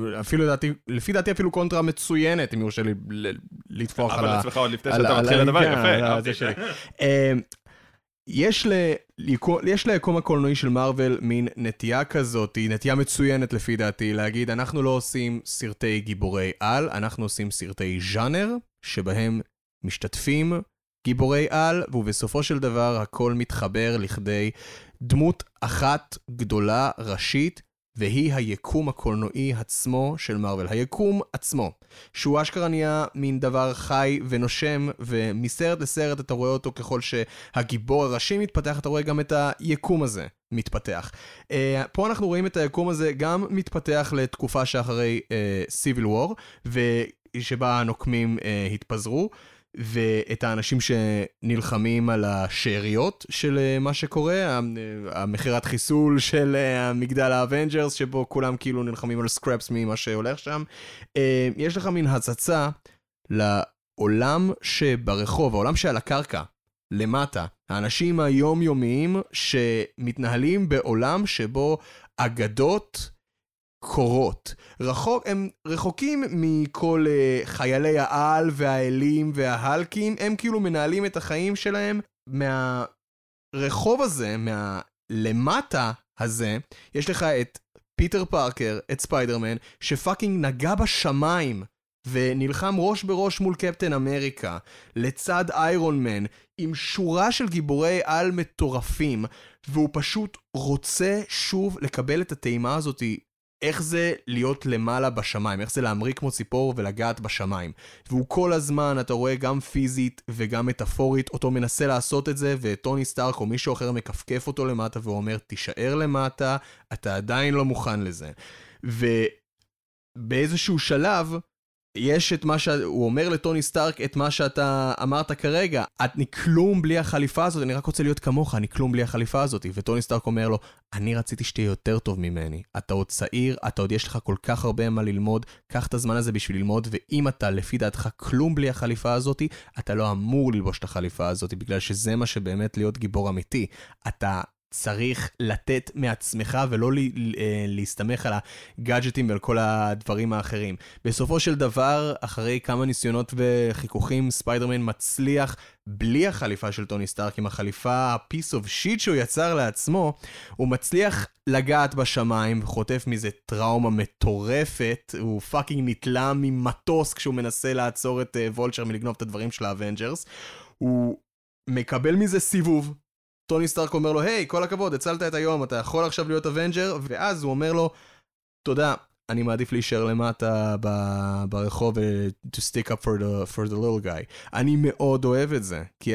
לפי דעתי אפילו קונטרה מצוינת, אם יורשה לי לטפוח על אבל עצמך עוד לפני שאתה מתחיל לדבר, יפה. יש ליקום הקולנועי של מרוול מין נטייה כזאת, נטייה מצוינת לפי דעתי, להגיד, אנחנו לא עושים סרטי גיבורי על, אנחנו עושים סרטי ז'אנר, שבהם משתתפים גיבורי על, ובסופו של דבר הכל מתחבר לכדי דמות אחת גדולה ראשית, והיא היקום הקולנועי עצמו של מרוול. היקום עצמו, שהוא אשכרה נהיה מין דבר חי ונושם, ומסרט לסרט אתה רואה אותו ככל שהגיבור הראשי מתפתח, אתה רואה גם את היקום הזה מתפתח. פה אנחנו רואים את היקום הזה גם מתפתח לתקופה שאחרי Civil War, ושבה הנוקמים התפזרו, ואת האנשים שנלחמים על השאריות של מה שקורה, המחירת חיסול של מגדל האבנג'רס, שבו כולם כאילו נלחמים על סקרפס ממה שהולך שם. יש לך מין הצצה לעולם שברחוב, העולם שעל הקרקע, למטה, האנשים היומיומיים שמתנהלים בעולם שבו אגדות קורות. הם רחוקים מכל חיילי העל והאלים וההלקים, הם כאילו מנהלים את החיים שלהם מהרחוב הזה, מהלמטה הזה. יש לך את פיטר פארקר, את ספיידרמן, שפאקינג נגע בשמיים ונלחם ראש בראש מול קפטן אמריקה, לצד איירון מן, עם שורה של גיבורי על מטורפים, והוא פשוט רוצה שוב לקבל את הטעימה הזאת, איך זה להיות למעלה בשמיים, איך זה להמריא כמו ציפור ולגעת בשמיים. והוא כל הזמן, אתה רואה גם פיזית וגם מטאפורית, אותו מנסה לעשות את זה, וטוני סטארק או מישהו אחר מקפקף אותו למטה, והוא אומר, תישאר למטה, אתה עדיין לא מוכן לזה. ובאיזשהו שלב, יש את מה שהוא אומר לטוני סטארק, את מה שאתה אמרת כרגע, אני כלום בלי החליפה הזאת, אני רק רוצה להיות כמוך, אני כלום בלי החליפה הזאת. וטוני סטארק אומר לו, אני רציתי שתהיה יותר טוב ממני, אתה עוד צעיר, אתה עוד יש לך כל כך הרבה מה ללמוד, קח את הזמן הזה בשביל ללמוד, ואם אתה לפי דעתך כלום בלי החליפה הזאת, אתה לא אמור ללבוש את החליפה הזאת, בגלל שזה מה שבאמת להיות גיבור אמיתי. אתה צריך לתת מעצמך ולא להסתמך על הגאדג'טים ועל כל הדברים האחרים. בסופו של דבר, אחרי כמה ניסיונות וחיכוכים, ספיידרמן מצליח בלי החליפה של טוני סטארק, עם החליפה ה-piece of shit שהוא יצר לעצמו, הוא מצליח לגעת בשמיים וחוטף מזה טראומה מטורפת, הוא פאקינג נתלה ממטוס כשהוא מנסה לעצור את וולצ'ר מלגנוב את הדברים של האבנג'רס, הוא מקבל מזה סיבוב, טוני סטארק אומר לו, היי, כל הכבוד, הצלת את היום, אתה יכול עכשיו להיות אבנג'ר, ואז הוא אומר לו, תודה, אני מעדיף להישאר למטה ברחוב to stick up for the little guy. אני מאוד אוהב את זה, כי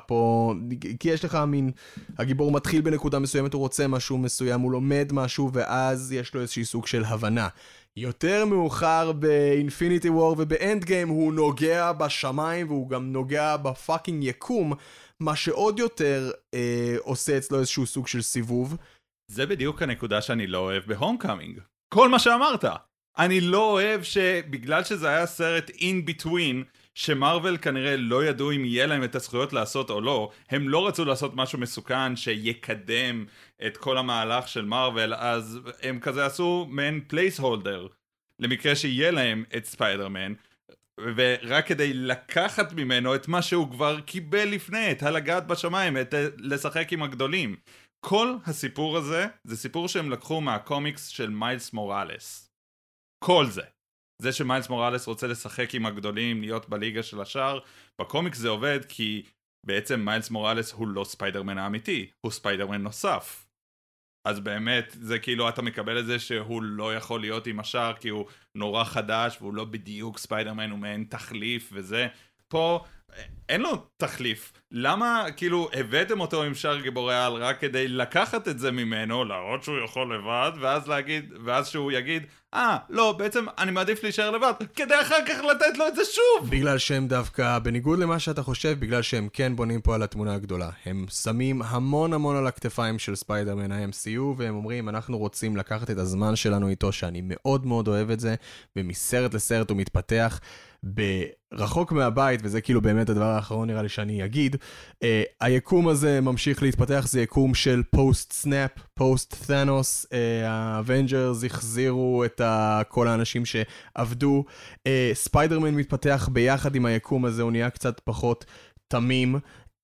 יש לך מין, הגיבור מתחיל בנקודה מסוימת, הוא רוצה משהו מסוים, הוא לומד משהו, ואז יש לו איזושהי סוג של הבנה. יותר מאוחר באינפיניטי וור ובאנד גיים, הוא נוגע בשמיים, והוא גם נוגע בפאקינג יקום, מה שעוד יותר עושה אצלו איזשהו סוג של סיבוב. זה בדיוק הנקודה שאני לא אוהב בהומקאמינג. כל מה שאמרת. אני לא אוהב שבגלל שזה היה סרט in between, שמרוול כנראה לא ידעו אם יהיה להם את הזכויות לעשות או לא, הם לא רצו לעשות משהו מסוכן שיקדם את כל המהלך של מרוול, אז הם כזה עשו מעין placeholder, למקרה שיהיה להם את ספיידרמן, ורק כדי לקחת ממנו את מה שהוא כבר קיבל לפני, את הלגעת בשמיים, את לשחק עם הגדולים. כל הסיפור הזה, זה סיפור שהם לקחו מהקומיקס של מיילס מוראלס. כל זה. זה שמיילס מוראלס רוצה לשחק עם הגדולים, להיות בליגה של השאר, בקומיקס זה עובד כי בעצם מיילס מוראלס הוא לא ספיידרמן האמיתי, הוא ספיידרמן נוסף. אז באמת, זה כאילו אתה מקבל את זה שהוא לא יכול להיות עם השאר, כי הוא נורא חדש, והוא לא בדיוק ספיידרמן, הוא מעין תחליף וזה. פה אין לו תחליף. למה כאילו הבאתם אותו עם שאר גיבורי על רק כדי לקחת את זה ממנו, להראות שהוא יכול לבד, ואז שהוא יגיד, לא, בעצם אני מעדיף להישאר לבד, כדי אחר כך לתת לו את זה שוב. בגלל שהם דווקא, בניגוד למה שאתה חושב, בגלל שהם כן בונים פה על התמונה הגדולה. הם שמים המון על הכתפיים של ספיידרמן ה-MCU, והם אומרים, אנחנו רוצים לקחת את הזמן שלנו איתו, שאני מאוד מאוד אוהב את זה, ומסרט לסרט הוא מתפתח. ברחוק מהבית, וזה כאילו באמת הדבר האחרון נראה לי שאני אגיד, היקום הזה ממשיך להתפתח, זה יקום של פוסט-סנאפ, פוסט-ת'אנוס, האבנג'רס החזירו את כל האנשים שעבדו, ספיידרמן מתפתח ביחד עם היקום הזה, הוא נהיה קצת פחות תמים,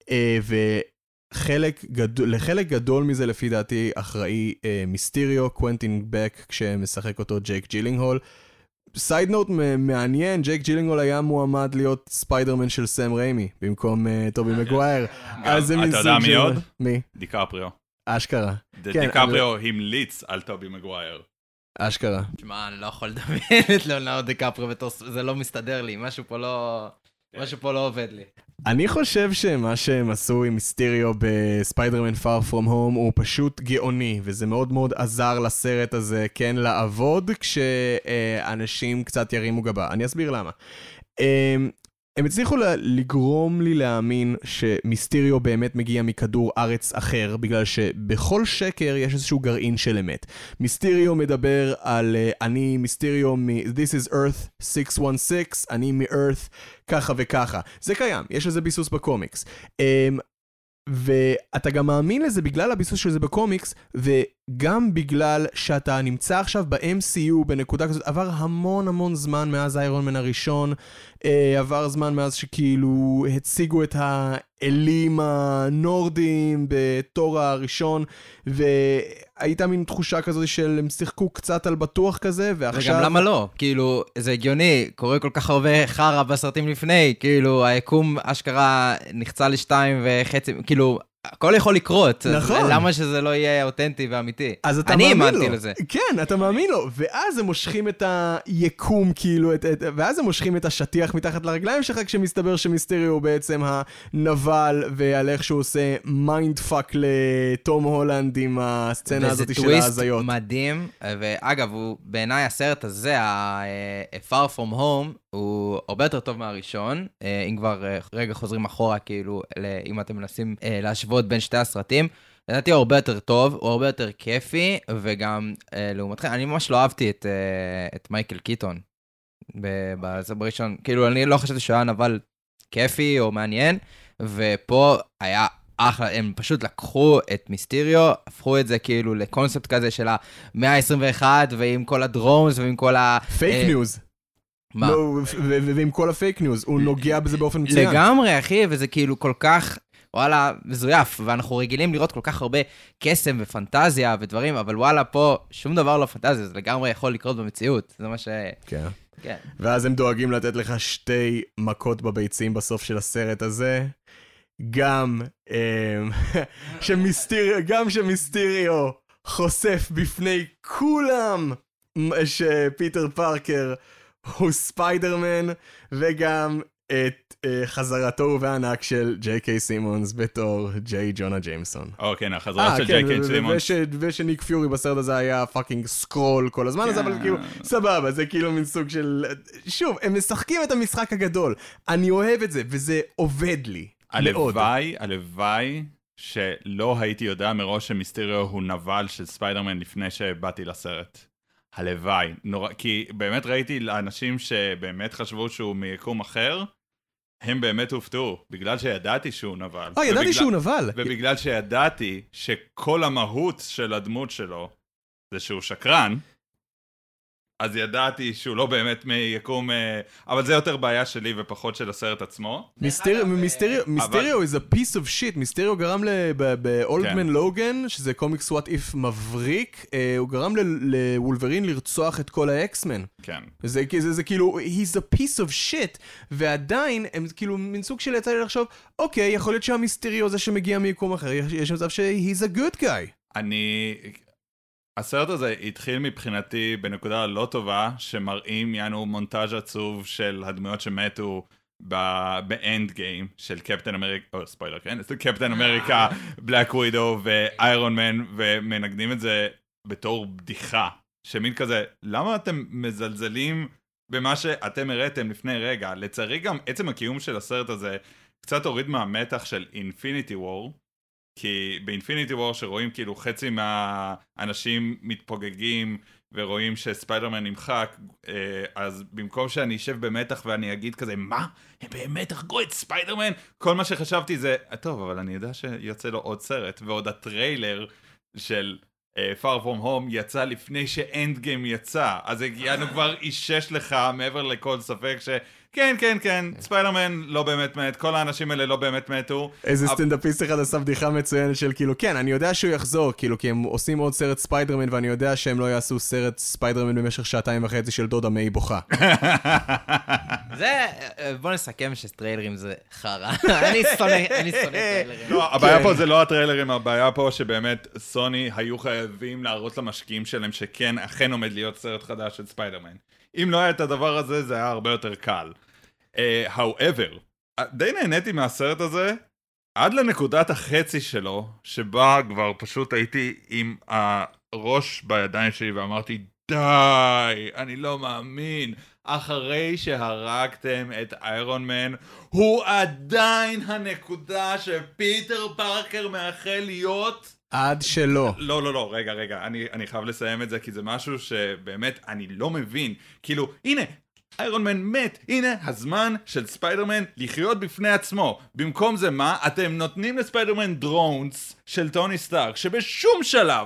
לחלק גדול מזה לפי דעתי אחראי מיסטריו, קוונטין בק, כשמשחק אותו ג'ייק ג'ילינגהול, סייד נוט מעניין, ג'ייק ג'ילינגהול היה מועמד להיות ספיידרמן של סם ריימי, במקום טובי מגווייר. אתה יודע מי עוד? מי? דיקפריו. אשכרה. דיקפריו המליץ על טובי מגווייר. אשכרה. תשמע, אני לא יכול לדמיין את ליאונרדו דיקפריו, זה לא מסתדר לי, משהו פה לא עובד לי. אני חושב שמה שהם עשו עם מיסטריו בספיידרמן Far From Home הוא פשוט גאוני, וזה מאוד מאוד עזר לסרט הזה כן לעבוד כשאנשים קצת ירימו גבה. אני אסביר למה. הם הצליחו לגרום לי להאמין שמיסטריו באמת מגיע מכדור ארץ אחר, בגלל שבכל שקר יש איזשהו גרעין של אמת. מיסטריו מדבר על אני מיסטריו This is Earth 616, אני מ-Earth ככה וככה. זה קיים, יש לזה ביסוס בקומיקס. ואתה גם מאמין לזה בגלל הביסוס של זה בקומיקס, וגם בגלל שאתה נמצא עכשיו ב-MCU בנקודה כזאת, עבר המון זמן מאז איירון מן הראשון, עבר זמן מאז שכאילו הציגו את האלים הנורדים בתור הראשון, והייתה מין תחושה כזאת של הם שיחקו קצת על בטוח כזה, ועכשיו... וגם למה לא? כאילו, זה הגיוני, קורה כל כך הרבה חרא בסרטים לפני, כאילו, היקום אשכרה נחצה ל2.5, כאילו... הכל יכול לקרות, נכון. למה שזה לא יהיה אותנטי ואמיתי? אז אתה אני מאמין האמנתי לו. לזה. כן, אתה מאמין לו, ואז הם מושכים את היקום, כאילו, ואז הם מושכים את השטיח מתחת לרגליים שלך, כשמסתבר שמיסטריו הוא בעצם הנבל, ועל איך שהוא עושה מיינד פאק לתום הולנד עם הסצנה הזאת של ההזיות. וזה טוויסט מדהים, ואגב, בעיניי הסרט הזה, Far From Home, הוא הרבה יותר טוב מהראשון, אם כבר רגע חוזרים אחורה, כאילו, אם אתם מנסים להשוות בין שתי הסרטים, לדעתי הוא הרבה יותר טוב, הוא הרבה יותר כיפי, וגם לעומתכם, אני ממש לא אהבתי את מייקל קיטון, בראשון, כאילו, אני לא חשבתי שהוא היה נבל כיפי או מעניין, ופה היה אחלה, הם פשוט לקחו את מיסטריו, הפכו את זה כאילו לקונספט כזה של המאה ה-21, ועם כל הדרונס, ועם כל ה... פייק ניוז. מה? לא, ועם כל הפייק ניוז, הוא נוגע בזה באופן מצוין. לגמרי, אחי, וזה כאילו כל כך, וואלה, מזויף, ואנחנו רגילים לראות כל כך הרבה קסם ופנטזיה ודברים, אבל וואלה, פה שום דבר לא פנטזיה, זה לגמרי יכול לקרות במציאות, זה מה ש... כן. כן. ואז הם דואגים לתת לך 2 מכות בביצים בסוף של הסרט הזה. גם שמיסטריו חושף בפני כולם שפיטר פארקר הוא ספיידרמן, וגם את חזרתו והענק של ג'יי קיי סימונס בתור ג'יי ג'ונה ג'יימסון. כן, החזרה של ג'יי קיי סימונס. ושניק פיורי בסרט הזה היה פאקינג סקרול כל הזמן הזה, אבל כאילו, סבבה, זה כאילו מין סוג של... שוב, הם משחקים את המשחק הגדול. אני אוהב את זה, וזה עובד לי. הלוואי שלא הייתי יודע מראש שמיסטריו הוא נבל של ספיידרמן לפני שבאתי לסרט. הלוואי. כי באמת ראיתי לאנשים שבאמת חשבו שהוא מיקום אחר, הם באמת הופתעו, בגלל שידעתי שהוא נבל. ידעתי שהוא נבל. ובגלל שידעתי שכל המהות של הדמות שלו זה שהוא שקרן, אז ידעתי שהוא לא באמת מיקום, אבל זה יותר בעיה שלי ופחות של הסרט עצמו. מיסטריו is a piece of shit. מיסטריו גרם באולדמן לוגן, שזה קומיקס what if מבריק, הוא גרם לוולברין לרצוח את כל האקסמן. כן. זה כאילו, he's a piece of shit, ועדיין, הם כאילו מן סוג של יצא לי לחשוב, אוקיי, יכול להיות שהמיסטריו זה שמגיע מיקום אחר, יש מצב ש-he's a good guy. הסרט הזה התחיל מבחינתי בנקודה לא טובה, שמראים יענו מונטאז' עצוב של הדמויות שמתו באנד גיים של קפטן אמריקה, או ספוילר, כן? קפטן אמריקה, בלק ווידו ואיירון מן, ומנגנים את זה בתור בדיחה, שמין כזה, למה אתם מזלזלים במה שאתם הראיתם לפני רגע? לצערי גם עצם הקיום של הסרט הזה קצת הוריד מהמתח של אינפיניטי וור, כי באינפיניטי וור שרואים כאילו חצי מהאנשים מתפוגגים ורואים שספיידרמן נמחק, אז במקום שאני אשב במתח ואני אגיד כזה, מה? הם באמת הרגו את ספיידרמן? כל מה שחשבתי זה, טוב, אבל אני יודע שיוצא לו עוד סרט, ועוד הטריילר של Far From Home יצא לפני שאנד גיים יצא, אז הגענו כבר אישש לך מעבר לכל ספק כן, כן, כן, ספיידרמן לא באמת מת, כל האנשים האלה לא באמת מתו. איזה סטנדאפיסט אחד עשה בדיחה מצוינת של כאילו, כן, אני יודע שהוא יחזור, כאילו, כי הם עושים עוד סרט ספיידרמן, ואני יודע שהם לא יעשו סרט ספיידרמן במשך 2.5 של דודה מיי בוכה. זה, בוא נסכם שטריילרים זה חרא. אני שונא טריילרים. לא, הבעיה פה זה לא הטריילרים, הבעיה פה שבאמת סוני היו חייבים להראות למשקיעים שלהם שכן, אכן עומד להיות סרט חדש של ספיידרמן. אם לא היה את הדבר הזה, זה היה הרבה יותר קל. However, די נהניתי מהסרט הזה, עד לנקודת החצי שלו, שבה כבר פשוט הייתי עם הראש בידיים שלי ואמרתי, די, אני לא מאמין. אחרי שהרגתם את איירון מן, הוא עדיין הנקודה שפיטר פארקר מאחל להיות... עד שלא. לא, רגע, אני חייב לסיים את זה, כי זה משהו שבאמת אני לא מבין. כאילו, הנה, איירון מן מת, הנה הזמן של ספיידרמן לחיות בפני עצמו. במקום זה מה? אתם נותנים לספיידרמן דרונס של טוני סטארק, שבשום שלב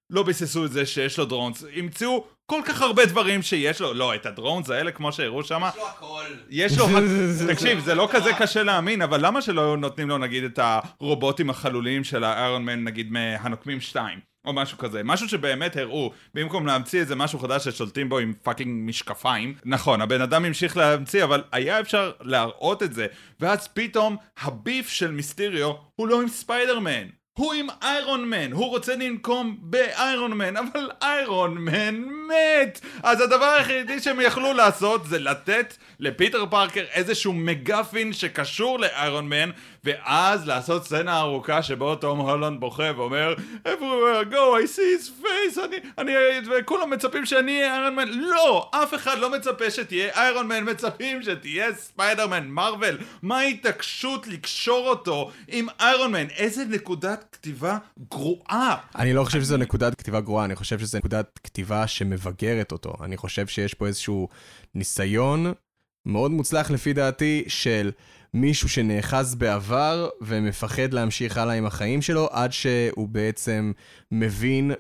לא ביססו את זה שיש לו דרונס, המציאו כל כך הרבה דברים שיש לו, לא, את הדרונס האלה כמו שהראו שם, יש לו הכל. יש לו, תקשיב, זה לא כזה קשה להאמין, אבל למה שלא נותנים לו נגיד את הרובוטים החלוליים של האיירון מן, נגיד מהנוקמים 2, או משהו כזה, משהו שבאמת הראו, במקום להמציא איזה משהו חדש ששולטים בו עם פאקינג משקפיים, נכון, הבן אדם המשיך להמציא, אבל היה אפשר להראות את זה, ואז פתאום הביף של מיסטריו הוא לא עם ספיידרמן, הוא עם איירון מן, הוא רוצה לנקום באיירון מן, אבל איירון מן מת. אז הדבר היחידי שהם יכלו לעשות זה לתת לפיטר פארקר איזשהו מגפין שקשור לאיירון מן, ואז לעשות סצנה ארוכה שבו תום הולנד בוכה ואומר everywhere go I see his face, וכולם מצפים שאני אהיה איירון מן. לא, אף אחד לא מצפה שתהיה איירון מן, מצפים שתהיה ספיידרמן. מרוול, מה ההתעקשות לקשור אותו עם איירון מן? איזה נקודת כתיבה גרועה. אני לא חושב שזו נקודת כתיבה גרועה, אני חושב שזו נקודת כתיבה שמבגרת אותו. אני חושב שיש פה איזשהו ניסיון מאוד מוצלח לפי דעתי של מישהו שנאחז בעבר ומפחד להמשיך הלאה עם החיים שלו, עד שהוא בעצם מבין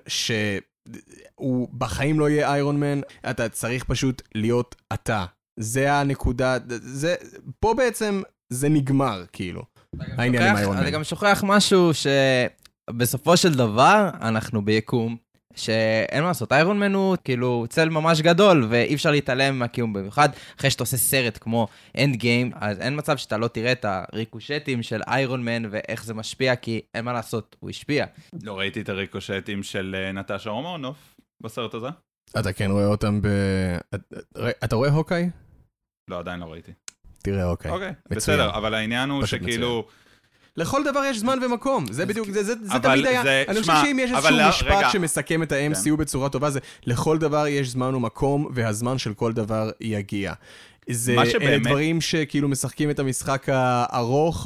שהוא בחיים לא יהיה איירון מן, אתה צריך פשוט להיות אתה. זה הנקודה, פה בעצם זה נגמר כאילו. העניין עם איירון מן. אתה גם שוכח משהו שבסופו של דבר אנחנו ביקום שאין מה לעשות, איירון מן הוא כאילו צל ממש גדול ואי אפשר להתעלם מהקיום, במיוחד אחרי שאתה עושה סרט כמו אנד גיים, אז אין מצב שאתה לא תראה את הריקושטים של איירון מן ואיך זה משפיע, כי אין מה לעשות, הוא השפיע. לא ראיתי את הריקושטים של נטשה רומנוף בסרט הזה? אתה כן רואה אותם אתה רואה הוקאי? לא, עדיין לא ראיתי. תראה הוקאי. אוקיי, בסדר, אבל העניין הוא שכאילו לכל דבר יש זמן ומקום, זה בדיוק, זה תמיד היה, אני חושב שאם יש איזשהו משפט שמסכם את ה-MCU בצורה טובה, זה לכל דבר יש זמן ומקום, והזמן של כל דבר יגיע. זה דברים שכאילו משחקים את המשחק הארוך,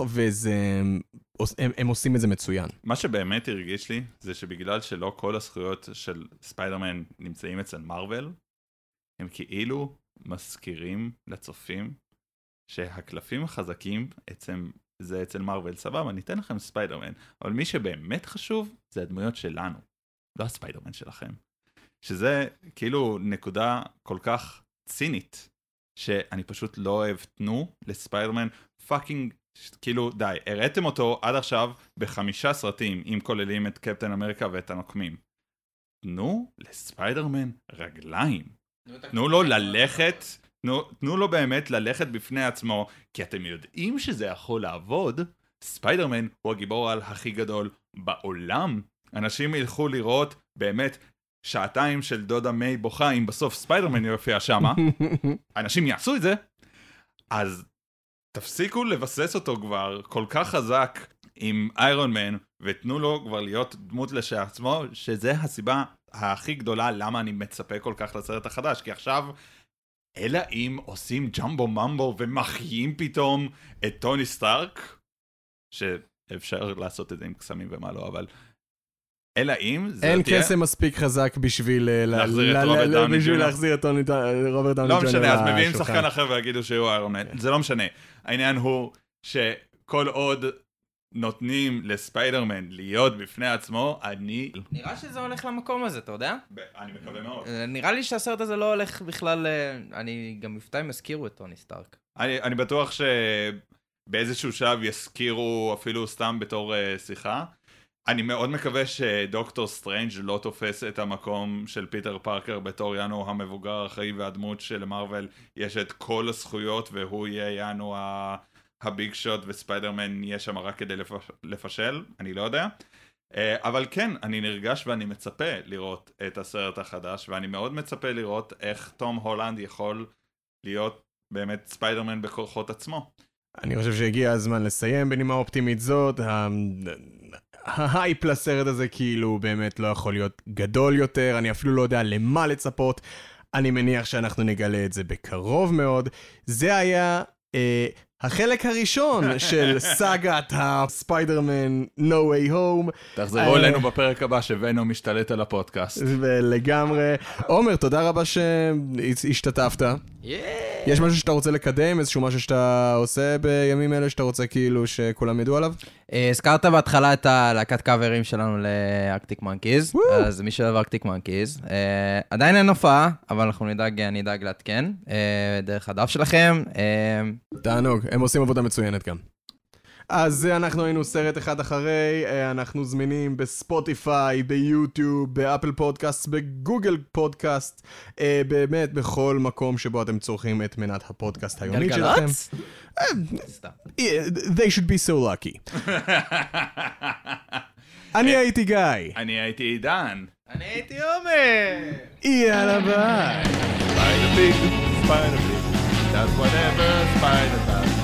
והם עושים את זה מצוין. מה שבאמת הרגיש לי, זה שבגלל שלא כל הזכויות של ספיידרמן נמצאים אצל מרוול, הם כאילו מזכירים לצופים, שהקלפים החזקים זה אצל מרוול, סבבה, ניתן לכם ספיידרמן, אבל מי שבאמת חשוב זה הדמויות שלנו, לא הספיידרמן שלכם. שזה כאילו נקודה כל כך צינית, שאני פשוט לא אוהב. תנו לספיידרמן פאקינג, כאילו די, הראיתם אותו עד עכשיו ב5 סרטים, אם כוללים את קפטן אמריקה ואת הנוקמים. תנו לספיידרמן רגליים. תנו לו ללכת, תנו לו באמת ללכת בפני עצמו, כי אתם יודעים שזה יכול לעבוד. ספיידרמן הוא הגיבור על הכי גדול בעולם. אנשים ילכו לראות באמת שעתיים של דודה מיי בוכה, אם בסוף ספיידרמן יופיע שמה. אנשים יעשו את זה. אז תפסיקו לבסס אותו כבר כל כך חזק עם איירון מן, ותנו לו כבר להיות דמות לשעצמו, שזה הסיבה הכי גדולה למה אני מצפה כל כך לסרט החדש, כי עכשיו אלא אם עושים ג'מבו ממבו ומחיים פתאום את טוני סטארק, שאפשר לעשות את זה עם קסמים ומה לא, אבל אלא אם זה אין קסם מספיק חזק בשביל להחזיר את רוברט דאוני ג'וניור. לא משנה, אז מביאים שחקן אחר ויגידו שהוא איירון מן, זה לא משנה. העניין הוא שכל עוד נותנים לספיידרמן להיות בפני עצמו, נראה שזה הולך למקום הזה, אתה יודע? אני מקווה מאוד. נראה לי שהסרט הזה לא הולך בכלל, אני גם מפתיע אם יזכירו את טוני סטארק. אני בטוח שבאיזשהו שלב יזכירו אפילו סתם בתור שיחה. אני מאוד מקווה שדוקטור סטרנג' לא תופס את המקום של פיטר פארקר בתור יאנו המבוגר האחראי, והדמות של מרוול יש את כל הזכויות והוא יהיה יאנו הביג שוט וספיידרמן יהיה שם רק כדי לפשל, אני לא יודע. אבל כן, אני נרגש ואני מצפה לראות את הסרט החדש, ואני מאוד מצפה לראות איך תום הולנד יכול להיות באמת ספיידרמן בכוחות עצמו. אני חושב שהגיע הזמן לסיים בנימה אופטימית זאת. ההייפ לסרט הזה כאילו באמת לא יכול להיות גדול יותר, אני אפילו לא יודע למה לצפות. אני מניח שאנחנו נגלה את זה בקרוב מאוד. זה היה החלק הראשון של סאגת הספיידרמן No Way Home. תחזרו אלינו בפרק הבא שוונום משתלט על הפודקאסט. ולגמרי. עומר, תודה רבה שהשתתפת. יש משהו שאתה רוצה לקדם? איזשהו משהו שאתה עושה בימים אלה שאתה רוצה כאילו שכולם ידעו עליו? הזכרת בהתחלה את הלהקת קאברים שלנו לארקטיק מנקיז, אז מי שאוהב ארקטיק מנקיז, עדיין אין הופעה, אבל אנחנו נדאג לעדכן דרך הדף שלכם. תענוג, הם עושים עבודה מצוינת גם. אז אנחנו היינו סרט אחד אחרי, אנחנו זמינים בספוטיפיי, ביוטיוב, באפל פודקאסט, בגוגל פודקאסט, באמת בכל מקום שבו אתם צורכים את מנת הפודקאסט היומית שלכם. גלגלצ? They should be so lucky. אני הייתי גיא. אני הייתי עידן. אני הייתי עומר. יאללה ביי. Spider pig, that's whatever spider does.